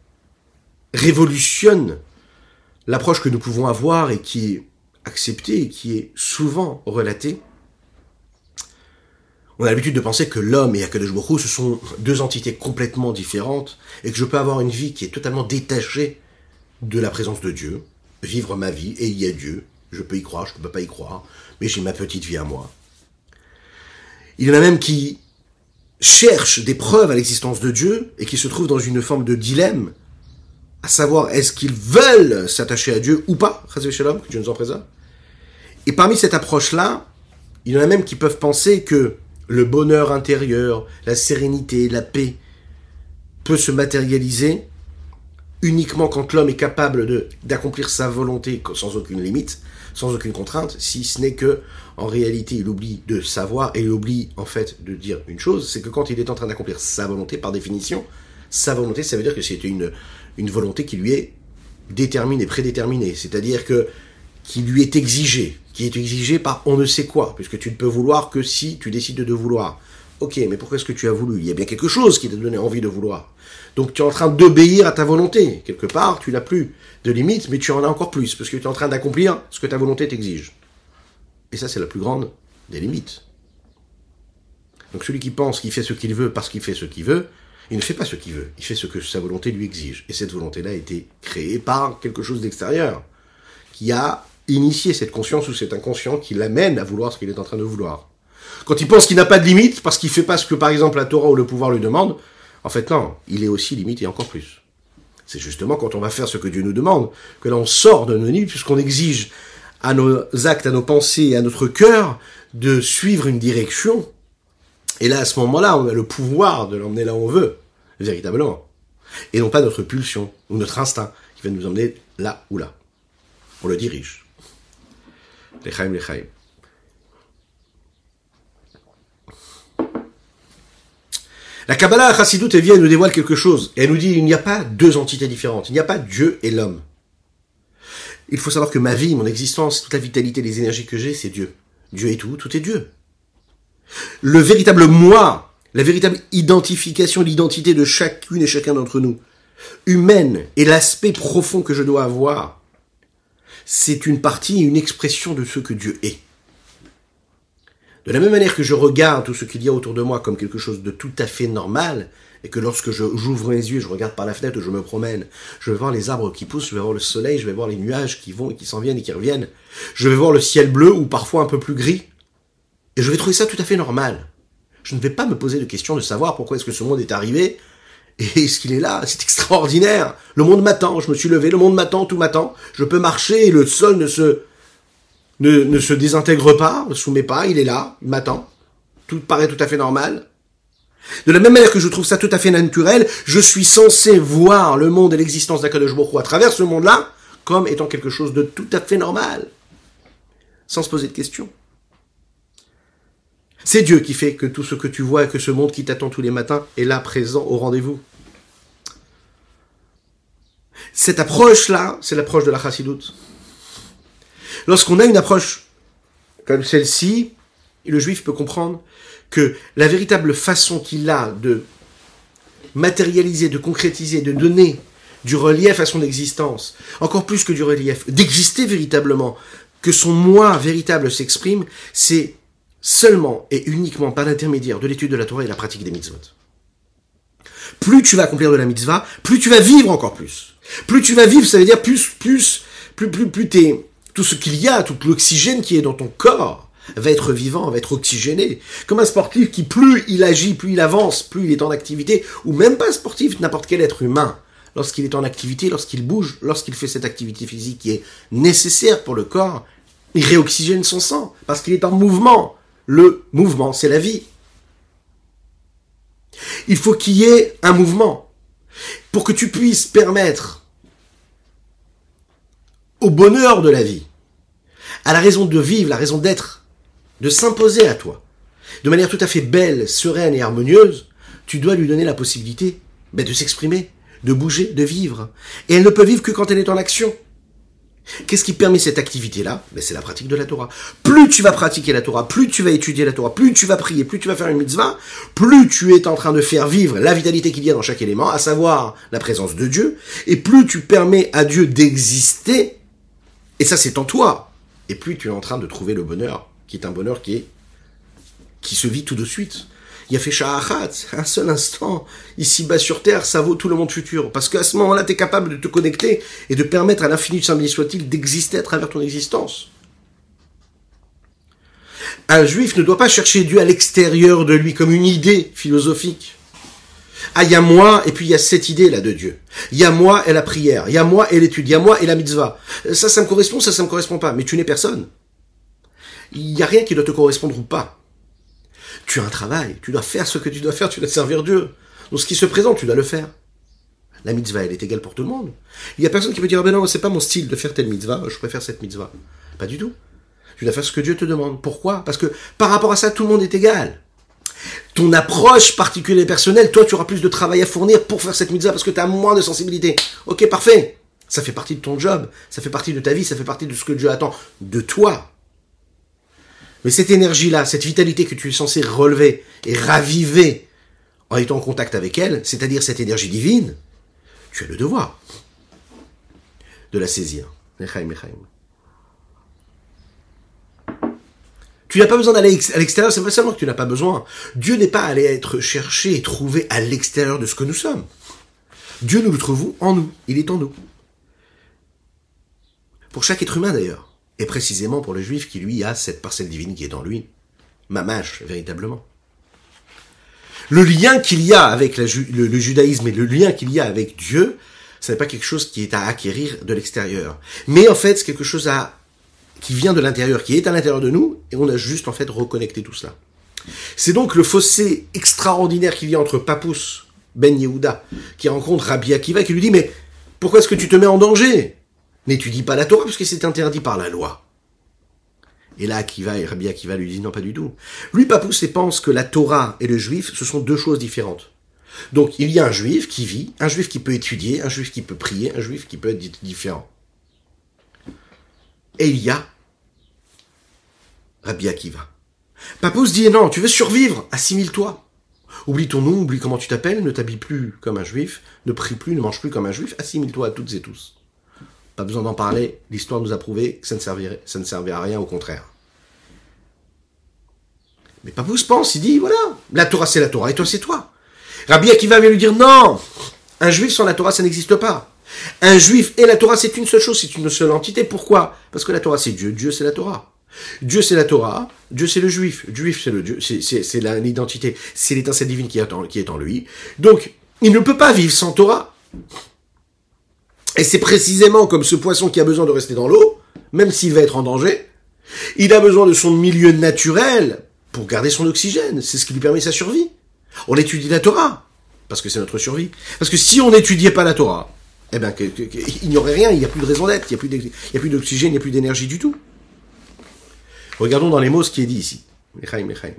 révolutionne l'approche que nous pouvons avoir et qui est acceptée et qui est souvent relatée. On a l'habitude de penser que l'homme et Akadosh Baruch Hu, ce sont deux entités complètement différentes et que je peux avoir une vie qui est totalement détachée de la présence de Dieu, vivre ma vie et il y a Dieu, je peux y croire, je ne peux pas y croire, mais j'ai ma petite vie à moi. Il y en a même qui cherchent des preuves à l'existence de Dieu et qui se trouvent dans une forme de dilemme, à savoir est-ce qu'ils veulent s'attacher à Dieu ou pas, Chas Shalom, que Dieu nous en préserve. Et parmi cette approche-là, il y en a même qui peuvent penser que le bonheur intérieur, la sérénité, la paix peut se matérialiser uniquement quand l'homme est capable de, d'accomplir sa volonté sans aucune limite, sans aucune contrainte, si ce n'est que, en réalité, il oublie de savoir et il oublie, en fait, de dire une chose, c'est que quand il est en train d'accomplir sa volonté, par définition, sa volonté, ça veut dire que c'est une, une volonté qui lui est déterminée, prédéterminée, c'est-à-dire que, qui lui est exigée, qui est exigée par on ne sait quoi, puisque tu ne peux vouloir que si tu décides de vouloir. Ok, mais pourquoi est-ce que tu as voulu ? Il y a bien quelque chose qui t'a donné envie de vouloir. Donc tu es en train d'obéir à ta volonté. Quelque part, tu n'as plus de limites, mais tu en as encore plus, parce que tu es en train d'accomplir ce que ta volonté t'exige. Et ça, c'est la plus grande des limites. Donc celui qui pense qu'il fait ce qu'il veut parce qu'il fait ce qu'il veut, il ne fait pas ce qu'il veut, il fait ce que sa volonté lui exige. Et cette volonté-là a été créée par quelque chose d'extérieur, qui a initié cette conscience ou cet inconscient qui l'amène à vouloir ce qu'il est en train de vouloir. Quand il pense qu'il n'a pas de limite, parce qu'il ne fait pas ce que, par exemple, la Torah ou le pouvoir lui demande, en fait, non, il est aussi limite et encore plus. C'est justement quand on va faire ce que Dieu nous demande, que là on sort de nos limites, puisqu'on exige à nos actes, à nos pensées et à notre cœur de suivre une direction. Et là, à ce moment-là, on a le pouvoir de l'emmener là où on veut, véritablement. Et non pas notre pulsion ou notre instinct qui va nous emmener là ou là. On le dirige. L'Echaim, l'Echaim. La Kabbalah, la Chassidut, elle vient et nous dévoile quelque chose. Et elle nous dit, il n'y a pas deux entités différentes. Il n'y a pas Dieu et l'homme. Il faut savoir que ma vie, mon existence, toute la vitalité, les énergies que j'ai, c'est Dieu. Dieu est tout, tout est Dieu. Le véritable moi, la véritable identification, l'identité de chacune et chacun d'entre nous, humaine, et l'aspect profond que je dois avoir, c'est une partie, une expression de ce que Dieu est. De la même manière que je regarde tout ce qu'il y a autour de moi comme quelque chose de tout à fait normal, et que lorsque je, j'ouvre les yeux, je regarde par la fenêtre, je me promène, je vais voir les arbres qui poussent, je vais voir le soleil, je vais voir les nuages qui vont et qui s'en viennent et qui reviennent, je vais voir le ciel bleu ou parfois un peu plus gris, et je vais trouver ça tout à fait normal. Je ne vais pas me poser de questions de savoir pourquoi est-ce que ce monde est arrivé, et est-ce qu'il est là, c'est extraordinaire. Le monde m'attend, je me suis levé, le monde m'attend, tout m'attend, je peux marcher et le sol ne se... Ne, ne se désintègre pas sous mes pas, il est là, il m'attend. Tout paraît tout à fait normal. De la même manière que je trouve ça tout à fait naturel, je suis censé voir le monde et l'existence d'Akadosh Baruch Hu à travers ce monde-là comme étant quelque chose de tout à fait normal, sans se poser de questions. C'est Dieu qui fait que tout ce que tu vois et que ce monde qui t'attend tous les matins est là, présent, au rendez-vous. Cette approche-là, c'est l'approche de la Chassidut. Lorsqu'on a une approche comme celle-ci, le juif peut comprendre que la véritable façon qu'il a de matérialiser, de concrétiser, de donner du relief à son existence, encore plus que du relief, d'exister véritablement, que son moi véritable s'exprime, c'est seulement et uniquement par l'intermédiaire de l'étude de la Torah et la pratique des mitzvot. Plus tu vas accomplir de la mitzvah, plus tu vas vivre encore plus. Plus tu vas vivre, ça veut dire plus, plus, plus, plus, plus t'es... Tout ce qu'il y a, tout l'oxygène qui est dans ton corps, va être vivant, va être oxygéné. Comme un sportif qui, plus il agit, plus il avance, plus il est en activité, ou même pas sportif, n'importe quel être humain, lorsqu'il est en activité, lorsqu'il bouge, lorsqu'il fait cette activité physique qui est nécessaire pour le corps, il réoxygène son sang, parce qu'il est en mouvement. Le mouvement, c'est la vie. Il faut qu'il y ait un mouvement pour que tu puisses permettre au bonheur de la vie, à la raison de vivre, la raison d'être, de s'imposer à toi, de manière tout à fait belle, sereine et harmonieuse, tu dois lui donner la possibilité ben, de s'exprimer, de bouger, de vivre. Et elle ne peut vivre que quand elle est en action. Qu'est-ce qui permet cette activité-là? Ben, c'est la pratique de la Torah. Plus tu vas pratiquer la Torah, plus tu vas étudier la Torah, plus tu vas prier, plus tu vas faire une mitzvah, plus tu es en train de faire vivre la vitalité qu'il y a dans chaque élément, à savoir la présence de Dieu, et plus tu permets à Dieu d'exister, et ça c'est en toi, et plus tu es en train de trouver le bonheur, qui est un bonheur qui est, qui se vit tout de suite. Il a fait sha'achat, un seul instant, ici-bas sur terre, ça vaut tout le monde futur. Parce qu'à ce moment-là, tu es capable de te connecter et de permettre à l'infini de Saint béni soit-il d'exister à travers ton existence. Un juif ne doit pas chercher Dieu à l'extérieur de lui comme une idée philosophique. Ah, il y a moi, et puis il y a cette idée-là de Dieu. Il y a moi et la prière. Il y a moi et l'étude. Il y a moi et la mitzvah. Ça, ça me correspond, ça, ça me correspond pas. Mais tu n'es personne. Il n'y a rien qui doit te correspondre ou pas. Tu as un travail, tu dois faire ce que tu dois faire, tu dois servir Dieu. Donc ce qui se présente, tu dois le faire. La mitzvah, elle est égale pour tout le monde. Il y a personne qui peut dire, ah ben non, c'est pas mon style de faire telle mitzvah, je préfère cette mitzvah. Pas du tout. Tu dois faire ce que Dieu te demande. Pourquoi? Parce que par rapport à ça, tout le monde est égal. Ton approche particulière et personnelle, toi, tu auras plus de travail à fournir pour faire cette mitzvah parce que tu as moins de sensibilité. Ok, parfait. Ça fait partie de ton job, ça fait partie de ta vie, ça fait partie de ce que Dieu attend de toi. Mais cette énergie-là, cette vitalité que tu es censé relever et raviver en étant en contact avec elle, c'est-à-dire cette énergie divine, tu as le devoir de la saisir. Tu n'as pas besoin d'aller à l'extérieur, c'est pas seulement que tu n'as pas besoin. Dieu n'est pas allé être cherché et trouvé à l'extérieur de ce que nous sommes. Dieu, nous le trouvons en nous. Il est en nous. Pour chaque être humain d'ailleurs. Et précisément pour le juif qui, lui, a cette parcelle divine qui est en lui. Mamash, véritablement. Le lien qu'il y a avec la ju- le, le judaïsme et le lien qu'il y a avec Dieu, ce n'est pas quelque chose qui est à acquérir de l'extérieur. Mais en fait, c'est quelque chose à, qui vient de l'intérieur, qui est à l'intérieur de nous, et on a juste en fait reconnecté tout cela. C'est donc le fossé extraordinaire qu'il y a entre Papous, Ben Yehuda, qui rencontre Rabbi Akiva, qui lui dit, mais pourquoi est-ce que tu te mets en danger ? N'étudie pas la Torah parce que c'est interdit par la loi. Et là, Akiva et Rabbi Akiva lui disent non, pas du tout. Lui, Papous, pense que la Torah et le juif, ce sont deux choses différentes. Donc, il y a un juif qui vit, un juif qui peut étudier, un juif qui peut prier, un juif qui peut être différent. Et il y a Rabbi Akiva. Papous dit non, tu veux survivre, assimile-toi. Oublie ton nom, oublie comment tu t'appelles, ne t'habille plus comme un juif, ne prie plus, ne mange plus comme un juif, assimile-toi à toutes et tous. Pas besoin d'en parler, l'histoire nous a prouvé que ça ne servirait, ça ne servirait à rien, au contraire. Mais Papous pense, il dit, voilà, la Torah c'est la Torah, et toi c'est toi. Rabbi Akiva vient lui dire, non, un juif sans la Torah ça n'existe pas. Un juif et la Torah c'est une seule chose, c'est une seule entité. Pourquoi? Parce que la Torah c'est Dieu, Dieu c'est la Torah. Dieu c'est la Torah, Dieu c'est le juif, juif c'est le Dieu, c'est, c'est, c'est la, l'identité, c'est l'étincelle divine qui est, en, qui est en lui. Donc, il ne peut pas vivre sans Torah. Et c'est précisément comme ce poisson qui a besoin de rester dans l'eau, même s'il va être en danger. Il a besoin de son milieu naturel pour garder son oxygène. C'est ce qui lui permet sa survie. On étudie la Torah, parce que c'est notre survie. Parce que si on n'étudiait pas la Torah, eh ben, que, que, que, il n'y aurait rien, il n'y a plus de raison d'être, il n'y a plus, il y a plus d'oxygène, il n'y a plus d'énergie du tout. Regardons dans les mots ce qui est dit ici. Mechaim, mechaim.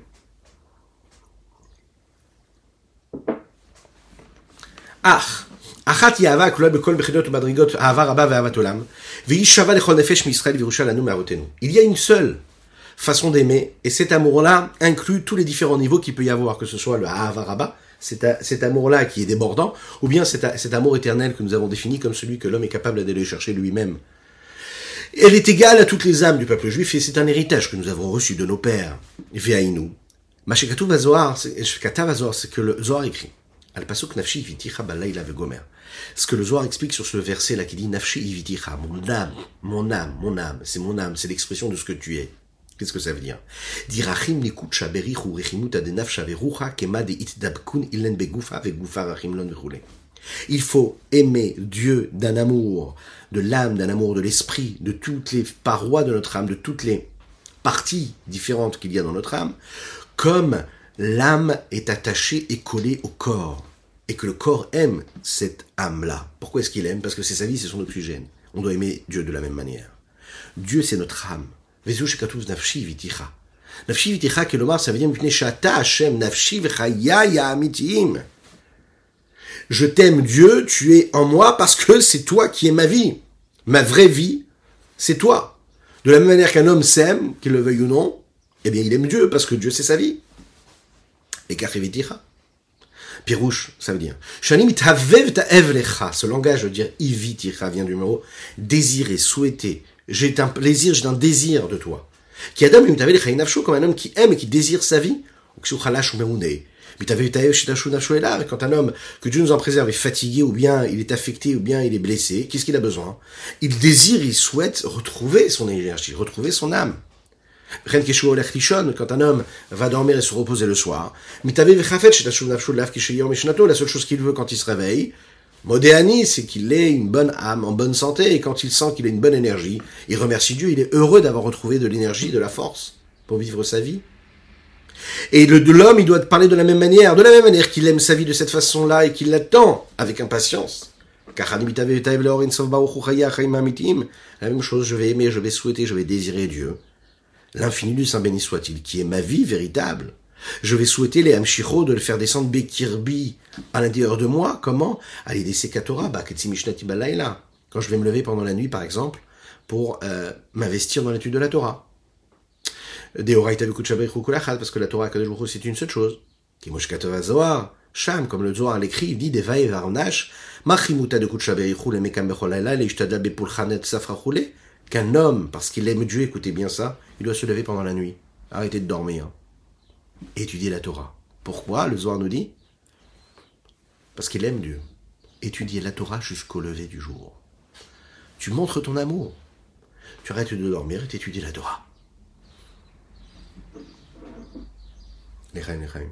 Ah, achat yahava klola bekol bechidot umadrigot ahava rabba ve'avat olam ve'ishava lechol nefesh mi'Israël v'irusha lanu me'avotenu. Il y a une seule façon d'aimer, et cet amour-là inclut tous les différents niveaux qu'il peut y avoir, que ce soit le ahava rabba, cet, cet amour-là qui est débordant, ou bien cet, cet amour éternel que nous avons défini comme celui que l'homme est capable d'aller chercher lui-même. Elle est égale à toutes les âmes du peuple juif, et c'est un héritage que nous avons reçu de nos pères. Ve'ainu. Mashekatu vazoar, kata vazoar, c'est que le Zohar écrit. Al pasuk nafshi iviticha balayla vegomer. Ce que le Zohar explique sur ce verset-là qui dit nafshi iviticha, mon âme, mon âme, mon âme, c'est mon âme, c'est l'expression de ce que tu es. Qu'est-ce que ça veut dire? Dirachim nikutsha berichu rechimut adenafsha verucha kema de itdabkun ilen begufa vegufa rachimlon verule. Il faut aimer Dieu d'un amour de l'âme, d'un amour de l'esprit, de toutes les parois de notre âme, de toutes les parties différentes qu'il y a dans notre âme, comme l'âme est attachée et collée au corps, et que le corps aime cette âme-là. Pourquoi est-ce qu'il aime? Parce que c'est sa vie, c'est son oxygène. On doit aimer Dieu de la même manière. Dieu, c'est notre âme. Vezu shekatuz nafshi viticha. Nafshi viticha, kelomar, ça veut dire mipnei shata Hashem nafshi v'chayaya amitiyim. Je t'aime Dieu, tu es en moi parce que c'est toi qui es ma vie. Ma vraie vie, c'est toi. De la même manière qu'un homme s'aime, qu'il le veuille ou non, eh bien il aime Dieu parce que Dieu c'est sa vie. Et kachevitira. Pirouche, ça veut dire. Shani mitavev ta'ev lecha. Ce langage veut dire ivitira vient du mot désirer, souhaiter. J'ai un plaisir, j'ai un désir de toi. Qui adam mitavev lecha inafsho, comme un homme qui aime et qui désire sa vie. Uksuchalash umeunei. Quand un homme, que Dieu nous en préserve, est fatigué, ou bien il est affecté, ou bien il est blessé, qu'est-ce qu'il a besoin? Il désire, il souhaite retrouver son énergie, retrouver son âme. Quand un homme va dormir et se reposer le soir, la seule chose qu'il veut quand il se réveille, Modéani, c'est qu'il ait une bonne âme, en bonne santé, et quand il sent qu'il a une bonne énergie, il remercie Dieu, il est heureux d'avoir retrouvé de l'énergie, de la force, pour vivre sa vie. Et le, de l'homme, il doit parler de la même manière, de la même manière qu'il aime sa vie de cette façon-là et qu'il l'attend avec impatience. La même chose, je vais aimer, je vais souhaiter, je vais désirer Dieu. L'infini du Saint béni soit-il, qui est ma vie véritable. Je vais souhaiter les Hamshiro de le faire descendre Bekirbi à l'intérieur de moi. Comment? À l'idée Sekatora, Baketsi Mishnati Balayla. Quand je vais me lever pendant la nuit, par exemple, pour euh, m'investir dans l'étude de la Torah. Parce que la Torah Kadosh Baruch Hu, c'est une seule chose. Sham, comme le Zohar l'écrit, il dit des vaï varnash, machimuta de kutshaberichu le mekam becholayla le ishtada bepulchanet safrachule, qu'un homme, parce qu'il aime Dieu, écoutez bien ça, il doit se lever pendant la nuit, arrêter de dormir, étudier la Torah. Pourquoi? Le Zohar nous dit parce qu'il aime Dieu. Étudier la Torah jusqu'au lever du jour. Tu montres ton amour. Tu arrêtes de dormir et t'étudies la Torah. Les reines, les reines.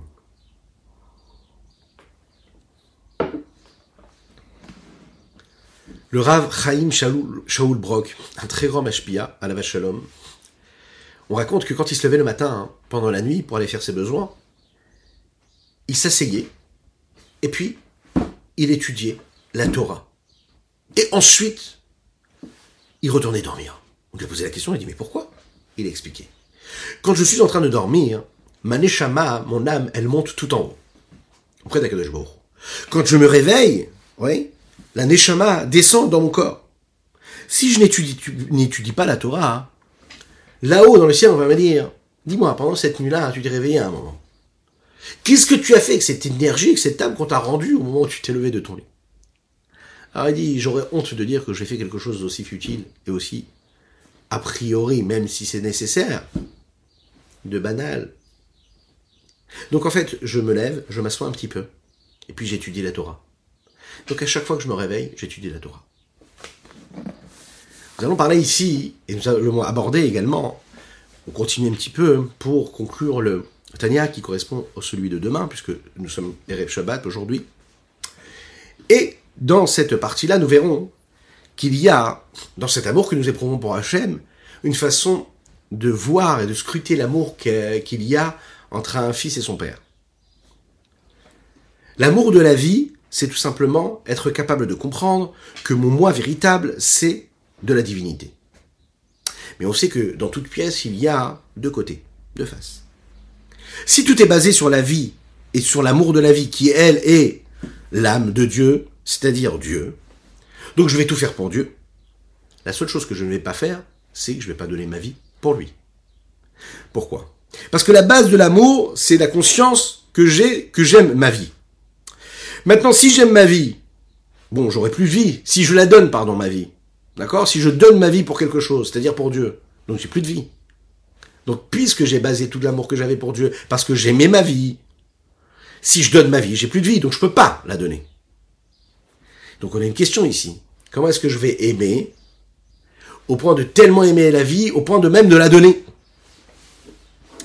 Le Rav Chaim Shaul, Shaul Brock, un très grand mashpia à la vache Shalom, on raconte que quand il se levait le matin, hein, pendant la nuit, pour aller faire ses besoins, il s'asseyait, et puis il étudiait la Torah. Et ensuite, il retournait dormir. On lui a posé la question, il a dit, mais pourquoi? Il a expliqué. Quand je suis en train de dormir, ma neshama, mon âme, elle monte tout en haut, auprès d'Akadosh Baruch Hu. Quand je me réveille, oui, la neshama descend dans mon corps. Si je n'étudie, n'étudie pas la Torah, hein, là-haut dans le ciel, on va me dire, dis-moi, pendant cette nuit-là, tu t'es réveillé à un moment. Qu'est-ce que tu as fait avec cette énergie, avec cette âme qu'on t'a rendue au moment où tu t'es levé de ton lit? Alors il dit, j'aurais honte de dire que j'ai fait quelque chose d'aussi futile et aussi, a priori, même si c'est nécessaire, de banal. Donc en fait, je me lève, je m'assois un petit peu, et puis j'étudie la Torah. Donc à chaque fois que je me réveille, j'étudie la Torah. Nous allons parler ici, et nous allons aborder également, on continue un petit peu pour conclure le Tanya qui correspond au celui de demain, puisque nous sommes Erev Shabbat aujourd'hui. Et dans cette partie-là, nous verrons qu'il y a, dans cet amour que nous éprouvons pour Hachem, une façon de voir et de scruter l'amour qu'il y a entre un fils et son père. L'amour de la vie, c'est tout simplement être capable de comprendre que mon moi véritable, c'est de la divinité. Mais on sait que dans toute pièce, il y a deux côtés, deux faces. Si tout est basé sur la vie et sur l'amour de la vie, qui elle est l'âme de Dieu, c'est-à-dire Dieu, donc je vais tout faire pour Dieu, la seule chose que je ne vais pas faire, c'est que je ne vais pas donner ma vie pour lui. Pourquoi? Parce que la base de l'amour, c'est la conscience que j'ai, que j'aime ma vie. Maintenant, si j'aime ma vie, bon, j'aurai plus de vie. Si je la donne, pardon, ma vie. D'accord? Si je donne ma vie pour quelque chose, c'est-à-dire pour Dieu, donc j'ai plus de vie. Donc, puisque j'ai basé tout l'amour que j'avais pour Dieu, parce que j'aimais ma vie, si je donne ma vie, j'ai plus de vie, donc je peux pas la donner. Donc, on a une question ici. Comment est-ce que je vais aimer, au point de tellement aimer la vie, au point de même de la donner?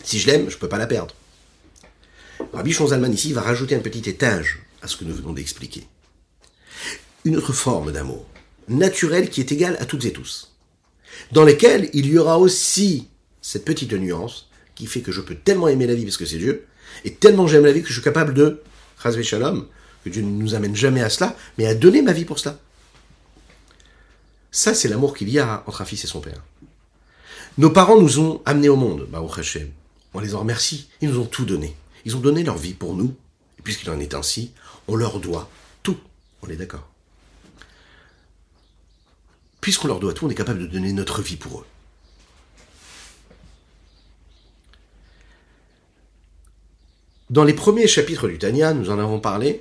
Si je l'aime, je ne peux pas la perdre. Rabbi Shimon Zalman ici va rajouter un petit étage à ce que nous venons d'expliquer. Une autre forme d'amour, naturelle qui est égale à toutes et tous, dans lesquelles il y aura aussi cette petite nuance qui fait que je peux tellement aimer la vie parce que c'est Dieu, et tellement j'aime la vie que je suis capable de, chas v'shalom, que Dieu ne nous amène jamais à cela, mais à donner ma vie pour cela. Ça, c'est l'amour qu'il y a entre un fils et son père. Nos parents nous ont amenés au monde, Baruch Hashem. On les en remercie, ils nous ont tout donné. Ils ont donné leur vie pour nous, et puisqu'il en est ainsi, on leur doit tout. On est d'accord. Puisqu'on leur doit tout, on est capable de donner notre vie pour eux. Dans les premiers chapitres du Tanya, nous en avons parlé,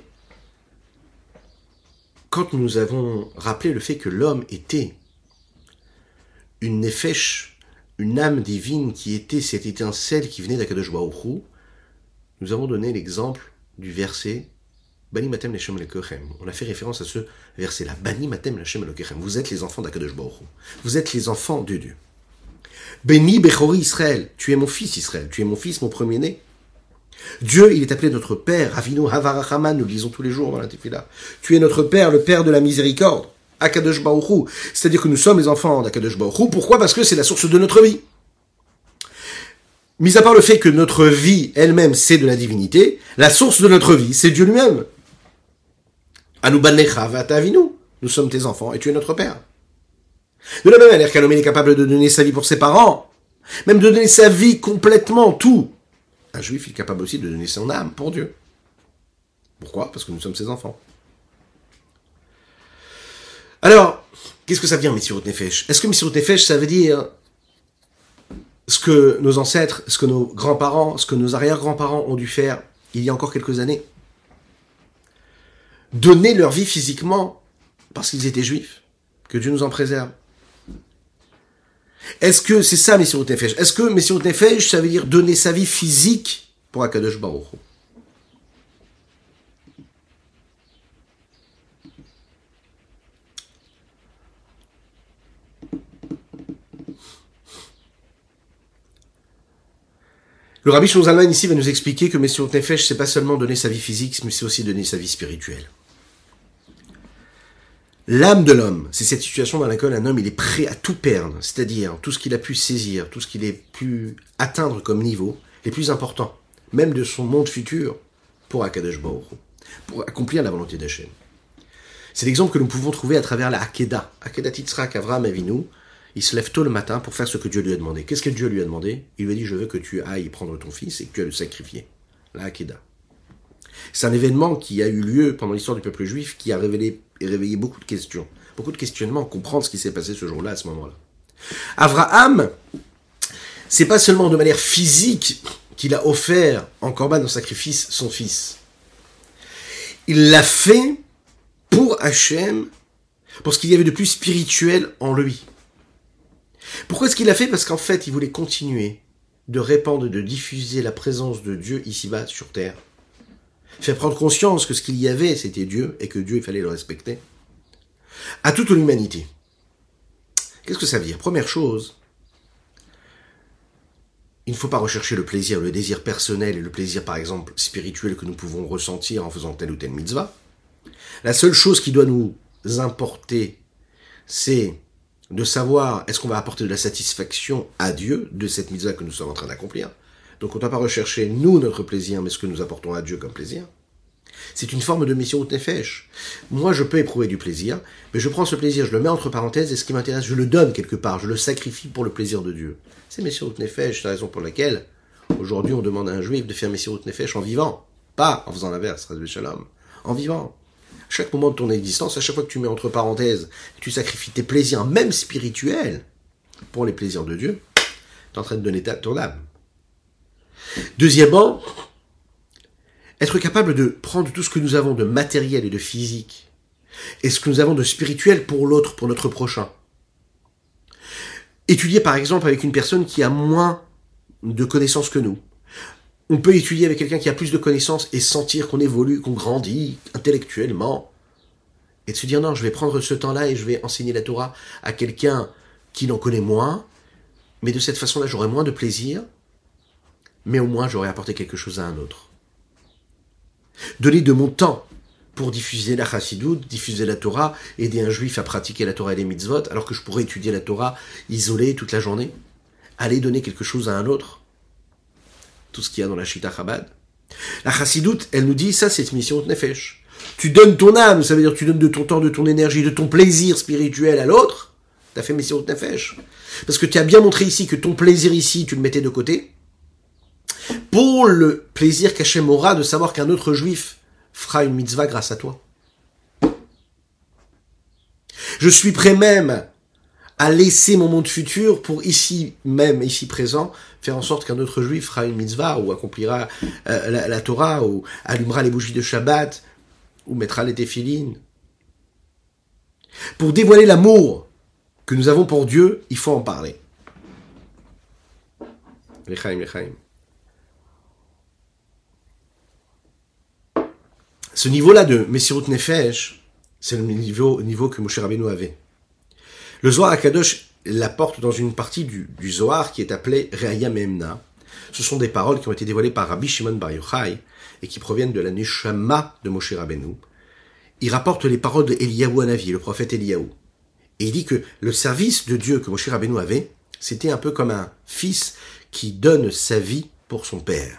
quand nous avons rappelé le fait que l'homme était une nefesh, une âme divine qui était cette étincelle qui venait d'Akadosh Baruch Hu, nous avons donné l'exemple du verset Bani Matem Lechem Elokechem. On a fait référence à ce verset-là. Bani Matem Lechem Elokechem. Vous êtes les enfants d'Akadosh Baruch Hu. Vous êtes les enfants de Dieu. Beni Bechori Israël. Tu es mon fils Israël. Tu es mon fils, mon premier-né. Dieu, il est appelé notre Père. Avinu Havarachaman, nous le lisons tous les jours dans la Tefila. Tu es notre Père, le Père de la miséricorde. Akadosh Baruch Hu. C'est-à-dire que nous sommes les enfants d'Akadosh Baruch Hu. Pourquoi ? Parce que c'est la source de notre vie. Mis à part le fait que notre vie elle-même, c'est de la divinité, la source de notre vie, c'est Dieu lui-même. Anu banecha v'ata avinu. Nous sommes tes enfants et tu es notre Père. De la même manière qu'un homme est capable de donner sa vie pour ses parents, même de donner sa vie complètement, tout. Un juif est capable aussi de donner son âme pour Dieu. Pourquoi ? Parce que nous sommes ses enfants. Alors, qu'est-ce que ça veut dire, Messirut Nefesh ? Est-ce que Messirut Nefesh, ça veut dire ce que nos ancêtres, ce que nos grands-parents, ce que nos arrière-grands-parents ont dû faire il y a encore quelques années ? Donner leur vie physiquement parce qu'ils étaient juifs. Que Dieu nous en préserve. Est-ce que c'est ça, Messirut Nefesh ? Est-ce que Messirut Nefesh, ça veut dire donner sa vie physique pour Akadosh Baruch Hu ? Le Rabbi Shimon Zalman ici va nous expliquer que Messirut Nefesh, c'est pas seulement donner sa vie physique, mais c'est aussi donner sa vie spirituelle. L'âme de l'homme, c'est cette situation dans laquelle un homme il est prêt à tout perdre, c'est-à-dire tout ce qu'il a pu saisir, tout ce qu'il a pu atteindre comme niveau, les plus importants, même de son monde futur, pour Akadosh Baruch Hu, pour accomplir la volonté d'Hachem. C'est l'exemple que nous pouvons trouver à travers la Hakeda. Hakeda Yitzhak Avraham Avinu, il se lève tôt le matin pour faire ce que Dieu lui a demandé. Qu'est-ce que Dieu lui a demandé ? Il lui a dit, je veux que tu ailles prendre ton fils et que tu ailles le sacrifier. La Hakeda. C'est un événement qui a eu lieu pendant l'histoire du peuple juif, qui a révélé et réveillé beaucoup de questions, beaucoup de questionnements, comprendre ce qui s'est passé ce jour-là, à ce moment-là. Avraham, c'est pas seulement de manière physique qu'il a offert en corban en sacrifice son fils. Il l'a fait pour Hachem, pour ce qu'il y avait de plus spirituel en lui. Pourquoi est-ce qu'il l'a fait ? Parce qu'en fait, il voulait continuer de répandre, de diffuser la présence de Dieu ici-bas sur terre. Faire prendre conscience que ce qu'il y avait, c'était Dieu, et que Dieu, il fallait le respecter. À toute l'humanité. Qu'est-ce que ça veut dire ? Première chose, il ne faut pas rechercher le plaisir, le désir personnel et le plaisir, par exemple, spirituel que nous pouvons ressentir en faisant telle ou telle mitzvah. La seule chose qui doit nous importer, c'est de savoir est-ce qu'on va apporter de la satisfaction à Dieu de cette mitzvah que nous sommes en train d'accomplir. Donc on ne doit pas rechercher, nous, notre plaisir, mais ce que nous apportons à Dieu comme plaisir. C'est une forme de Messirut Nefesh. Moi, je peux éprouver du plaisir, mais je prends ce plaisir, je le mets entre parenthèses, et ce qui m'intéresse, je le donne quelque part, je le sacrifie pour le plaisir de Dieu. C'est Messirut Nefesh, c'est la raison pour laquelle, aujourd'hui, on demande à un juif de faire Messirut Nefesh en vivant, pas en faisant l'inverse, Chas v'Shalom, en vivant. À chaque moment de ton existence, à chaque fois que tu mets entre parenthèses, tu sacrifies tes plaisirs, même spirituels, pour les plaisirs de Dieu, tu es en train de donner ta, ton âme. Deuxièmement, être capable de prendre tout ce que nous avons de matériel et de physique, et ce que nous avons de spirituel pour l'autre, pour notre prochain. Étudier par exemple avec une personne qui a moins de connaissances que nous. On peut étudier avec quelqu'un qui a plus de connaissances et sentir qu'on évolue, qu'on grandit intellectuellement. Et de se dire non, je vais prendre ce temps-là et je vais enseigner la Torah à quelqu'un qui n'en connaît moins, mais de cette façon-là, j'aurai moins de plaisir. mais au moins j'aurais apporté quelque chose à un autre. Donner de mon temps pour diffuser la chassidoute, diffuser la Torah, aider un juif à pratiquer la Torah et les mitzvot, alors que je pourrais étudier la Torah isolée toute la journée. Aller donner quelque chose à un autre. Tout ce qu'il y a dans la Shita Chabad. La chassidoute, elle nous dit, ça c'est Messirut Nefesh. Tu donnes ton âme, ça veut dire que tu donnes de ton temps, de ton énergie, de ton plaisir spirituel à l'autre. Tu as fait Messirut Nefesh. Parce que tu as bien montré ici que ton plaisir ici, tu le mettais de côté. Pour le plaisir qu'Hachem aura de savoir qu'un autre juif fera une mitzvah grâce à toi. Je suis prêt même à laisser mon monde futur pour ici même, ici présent, faire en sorte qu'un autre juif fera une mitzvah ou accomplira euh, la, la Torah ou allumera les bougies de Shabbat ou mettra les téphilines. Pour dévoiler l'amour que nous avons pour Dieu, il faut en parler. Lechaim, lechaim. Ce niveau-là de Messirut Nefesh, c'est le niveau, niveau que Moshe Rabbeinu avait. Le Zohar HaKadosh l'apporte dans une partie du, du Zohar qui est appelée Re'aya Me'emna. Ce sont des paroles qui ont été dévoilées par Rabbi Shimon Bar Yochai et qui proviennent de la Neshama de Moshe Rabbeinu. Il rapporte les paroles de Eliyahu Hanavi, le prophète Eliyahu. Et il dit que le service de Dieu que Moshe Rabbeinu avait, c'était un peu comme un fils qui donne sa vie pour son père.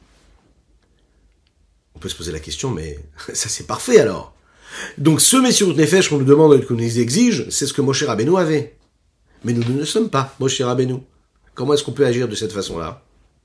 On peut se poser la question, mais ça c'est parfait alors. Donc ce Messirut Nefesh qu'on nous demande, qu'on nous exige, c'est ce que Moshe Rabbeinu avait. Mais nous, nous ne sommes pas Moshe Rabbeinu. Comment est-ce qu'on peut agir de cette façon-là?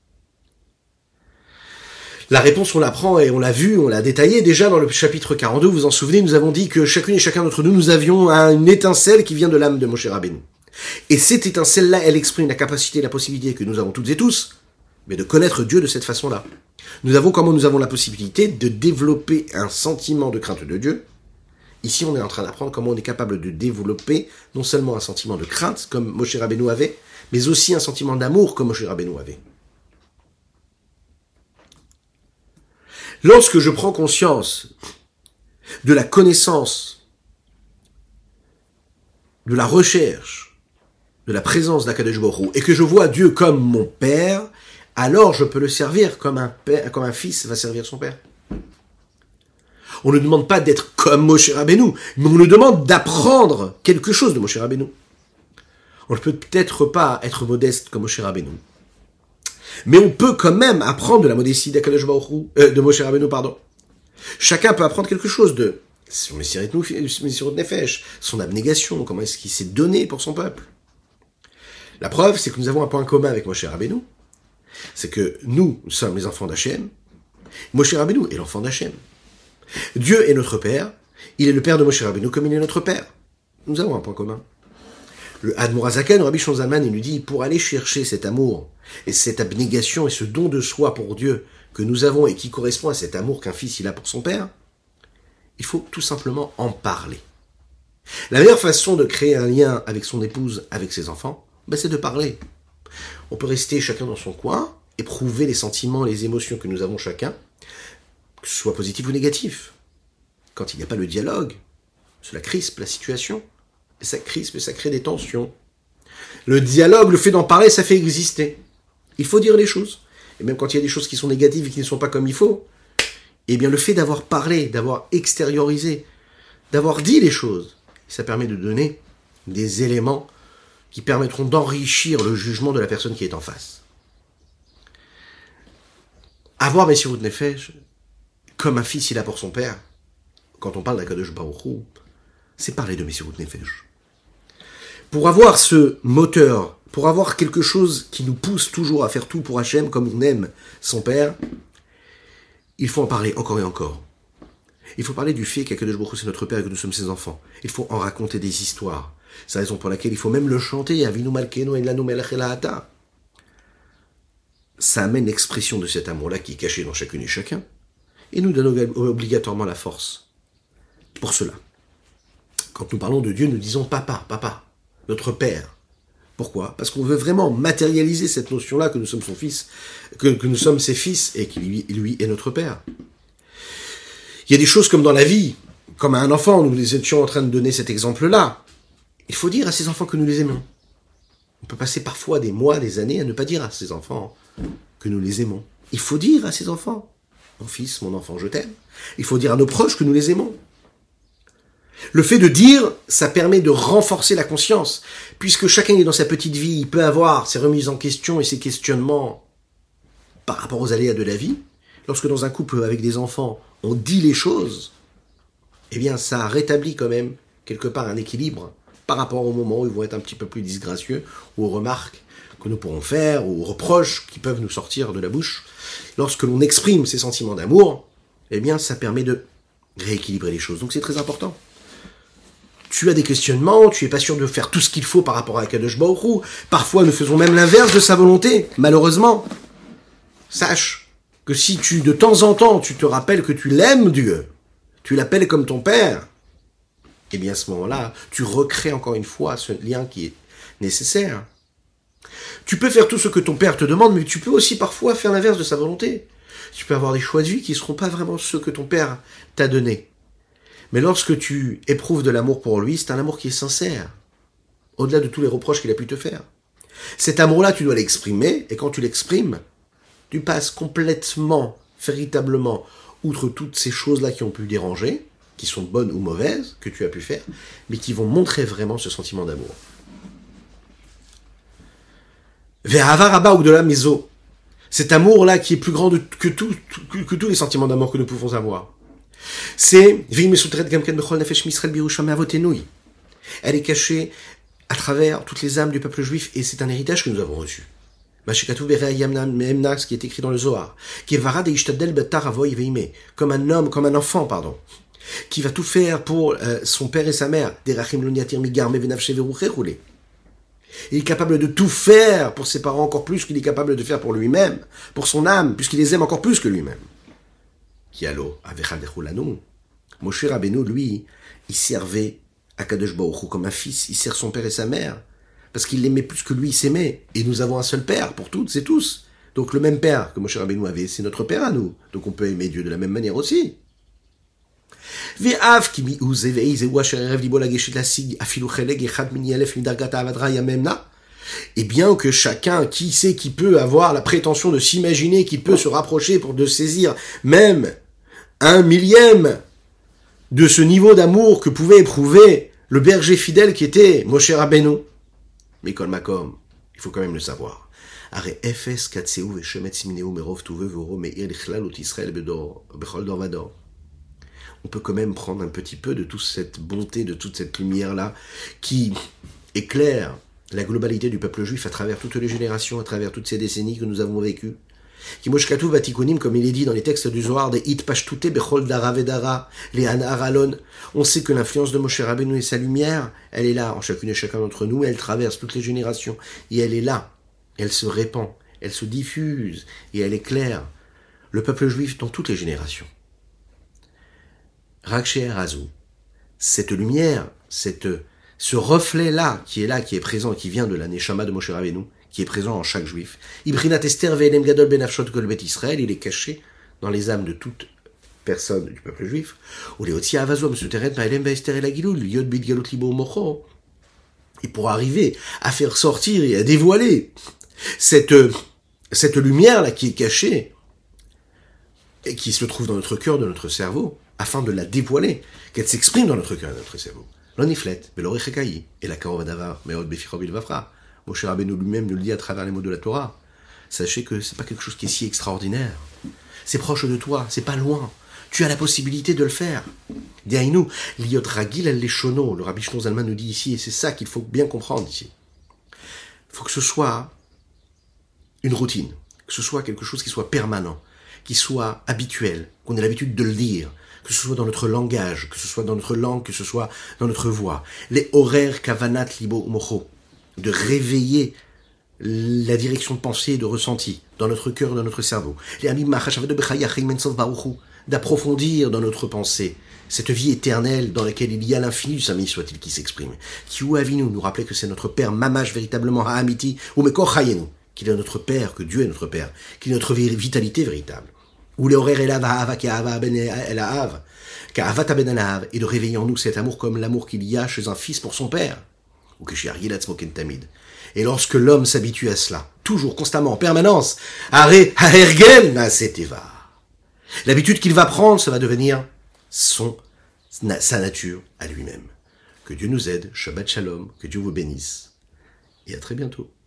La réponse, on la prend et on l'a vu, on l'a détaillé déjà dans le chapitre quarante-deux. Vous vous en souvenez, nous avons dit que chacune et chacun d'entre nous, nous avions une étincelle qui vient de l'âme de Moshe Rabbeinu. Et cette étincelle-là, elle exprime la capacité, la possibilité que nous avons toutes et tous, mais de connaître Dieu de cette façon-là. Nous avons comment nous avons la possibilité de développer un sentiment de crainte de Dieu. Ici, on est en train d'apprendre comment on est capable de développer non seulement un sentiment de crainte, comme Moshe Rabbeinu avait, mais aussi un sentiment d'amour, comme Moshe Rabbeinu avait. Lorsque je prends conscience de la connaissance, de la recherche, de la présence d'Akadosh Baruch Hu, et que je vois Dieu comme mon Père, alors je peux le servir comme un père, comme un fils va servir son père. On ne demande pas d'être comme Moshe Rabbeinu, mais on nous demande d'apprendre quelque chose de Moshe Rabbeinu. On ne peut peut-être pas être modeste comme Moshe Rabbeinu, mais on peut quand même apprendre de la modestie d'Akadosh Baruch Hu, euh, de Moshe Rabbeinu, pardon. Chacun peut apprendre quelque chose de son Messirut Nefesh, son abnégation, comment est-ce qu'il s'est donné pour son peuple. La preuve, c'est que nous avons un point commun avec Moshe Rabbeinu, c'est que nous, nous sommes les enfants d'Hachem, Moshe Rabbeinu est l'enfant d'Hachem. Dieu est notre Père, il est le Père de Moshe Rabbeinu comme il est notre Père. Nous avons un point commun. Le Admor HaZaken, le Rabbi Shlomo Zalman, il nous dit, pour aller chercher cet amour, et cette abnégation, et ce don de soi pour Dieu que nous avons, et qui correspond à cet amour qu'un fils il a pour son Père, il faut tout simplement en parler. La meilleure façon de créer un lien avec son épouse, avec ses enfants, ben c'est de parler. On peut rester chacun dans son coin, éprouver les sentiments, les émotions que nous avons chacun, que ce soit positif ou négatif. Quand il n'y a pas le dialogue, cela crispe la situation, et ça crispe et ça crée des tensions. Le dialogue, le fait d'en parler, ça fait exister. Il faut dire les choses. Et même quand il y a des choses qui sont négatives et qui ne sont pas comme il faut, eh bien le fait d'avoir parlé, d'avoir extériorisé, d'avoir dit les choses, ça permet de donner des éléments qui permettront d'enrichir le jugement de la personne qui est en face. Avoir Messirut Nefesh, comme un fils il a pour son père, quand on parle d'Akadosh Baruch Hu, c'est parler de Messirut Nefesh. Pour avoir ce moteur, pour avoir quelque chose qui nous pousse toujours à faire tout pour Hachem comme on aime son père, il faut en parler encore et encore. Il faut parler du fait qu'Akadosh Baruch Hu c'est notre père et que nous sommes ses enfants. Il faut en raconter des histoires. C'est la raison pour laquelle il faut même le chanter. Avinu Malkeinu Elanu Melech Elahata. Ça amène l'expression de cet amour-là qui est caché dans chacune et chacun et nous donne obligatoirement la force. Pour cela, quand nous parlons de Dieu, nous disons papa, papa, notre père. Pourquoi ? Parce qu'on veut vraiment matérialiser cette notion-là que nous sommes son fils, que, que nous sommes ses fils et qu'il lui, lui est notre père. Il y a des choses comme dans la vie, comme à un enfant, nous étions en train de donner cet exemple-là. Il faut dire à ses enfants que nous les aimons. On peut passer parfois des mois, des années à ne pas dire à ses enfants que nous les aimons. Il faut dire à ses enfants, mon fils, mon enfant, je t'aime. Il faut dire à nos proches que nous les aimons. Le fait de dire, ça permet de renforcer la conscience, puisque chacun est dans sa petite vie, il peut avoir ses remises en question et ses questionnements par rapport aux aléas de la vie. Lorsque dans un couple avec des enfants, on dit les choses, eh bien ça rétablit quand même quelque part un équilibre par rapport au moment où ils vont être un petit peu plus disgracieux, ou aux remarques que nous pourrons faire, ou aux reproches qui peuvent nous sortir de la bouche. Lorsque l'on exprime ces sentiments d'amour, eh bien ça permet de rééquilibrer les choses. Donc c'est très important. Tu as des questionnements, tu es pas sûr de faire tout ce qu'il faut par rapport à Kadosh Baruch Hu. Parfois nous faisons même l'inverse de sa volonté, malheureusement. Sache que si tu, de temps en temps, tu te rappelles que tu l'aimes Dieu, tu l'appelles comme ton père, eh bien à ce moment-là, tu recrées encore une fois ce lien qui est nécessaire. Tu peux faire tout ce que ton père te demande, mais tu peux aussi parfois faire l'inverse de sa volonté. Tu peux avoir des choix de vie qui ne seront pas vraiment ceux que ton père t'a donnés. Mais lorsque tu éprouves de l'amour pour lui, c'est un amour qui est sincère, au-delà de tous les reproches qu'il a pu te faire. Cet amour-là, tu dois l'exprimer, et quand tu l'exprimes, tu passes complètement, véritablement, outre toutes ces choses-là qui ont pu déranger, qui sont bonnes ou mauvaises, que tu as pu faire, mais qui vont montrer vraiment ce sentiment d'amour. Ve'ahava rabba ugdola mizo. Cet amour-là qui est plus grand de, que, tout, que, que tous les sentiments d'amour que nous pouvons avoir. C'est elle est cachée à travers toutes les âmes du peuple juif et c'est un héritage que nous avons reçu. Ce qui est écrit dans le Zohar, comme un homme, comme un enfant, pardon, qui va tout faire pour euh, son père et sa mère. Il est capable de tout faire pour ses parents encore plus qu'il est capable de faire pour lui-même, pour son âme, puisqu'il les aime encore plus que lui-même. Kialo, avechadechulanu. Moshe Rabbeinu, lui, il servait à Kadosh Baruch Hu comme un fils, il sert son père et sa mère, parce qu'il l'aimait plus que lui, il s'aimait. Et nous avons un seul père pour toutes et tous. Donc le même père que Moshe Rabbeinu avait, c'est notre père à nous. Donc on peut aimer Dieu de la même manière aussi. Et bien que chacun, qui sait, qui peut avoir la prétention de s'imaginer, qui peut se rapprocher pour de saisir même un millième de ce niveau d'amour que pouvait éprouver le berger fidèle qui était Moshe Rabbeinu. Mais Kol Makom, il faut quand même le savoir. On peut quand même prendre un petit peu de toute cette bonté, de toute cette lumière-là, qui éclaire la globalité du peuple juif à travers toutes les générations, à travers toutes ces décennies que nous avons vécues. Kimoshkatu Vatikunim, comme il est dit dans les textes du Zohar, des It Pashtute Bechol Dara Vedara, les Anaralon. On sait que l'influence de Moshe Rabbeinu et sa lumière, elle est là en chacune et chacun d'entre nous, elle traverse toutes les générations, et elle est là, elle se répand, elle se diffuse, et elle éclaire le peuple juif dans toutes les générations. Rakshe Razou, cette lumière, cette, ce reflet-là, qui est là, qui est présent, qui vient de la Neshama de Moshe Rabbeinu, qui est présent en chaque juif. Ibrinat Esther ve'elem gadol ben afshot kol bet Israël, il est caché dans les âmes de toute personne du peuple juif. Ou les otzi avazom suteret ma'elem ve'ester el agilul, yod bit galut libo mocho. Et pour arriver à faire sortir et à dévoiler cette, cette lumière-là qui est cachée, et qui se trouve dans notre cœur, dans notre cerveau, afin de la dévoiler, qu'elle s'exprime dans notre cœur et dans notre cerveau. L'oniflet, ve'lorechekayi, et la karovadavar, me'od beficho bilvafra. Moshe Rabbeinu lui-même nous le dit à travers les mots de la Torah. Sachez que c'est pas quelque chose qui est si extraordinaire. C'est proche de toi, c'est pas loin. Tu as la possibilité de le faire. Diaïnou, liot ragil el leshono, le Rabbi Shlomo Zalman nous dit ici, et c'est ça qu'il faut bien comprendre ici. Il faut que ce soit une routine, que ce soit quelque chose qui soit permanent, qui soit habituel, qu'on ait l'habitude de le dire, que ce soit dans notre langage, que ce soit dans notre langue, que ce soit dans notre voix. Les horaires kavanat libo mocho, de réveiller la direction de pensée et de ressenti dans notre cœur, dans notre cerveau. D'approfondir dans notre pensée cette vie éternelle dans laquelle il y a l'infini du Sami soit-il qui s'exprime. Kiou Avinu nous rappelait que c'est notre Père Mamash véritablement Ha'amiti, ou Mekor Chayenu, qu'il est notre Père, que Dieu est notre Père, qu'il est notre vitalité véritable. Ou les horaires elav ha'ava ka'ava ben el-ha'av, ka'avat ben el-ha'av, et de réveiller en nous cet amour comme l'amour qu'il y a chez un fils pour son père. Et lorsque l'homme s'habitue à cela, toujours, constamment, en permanence. Are haergel naaseteva. L'habitude qu'il va prendre, ça va devenir son, sa nature à lui-même. Que Dieu nous aide, Shabbat Shalom, que Dieu vous bénisse, et à très bientôt.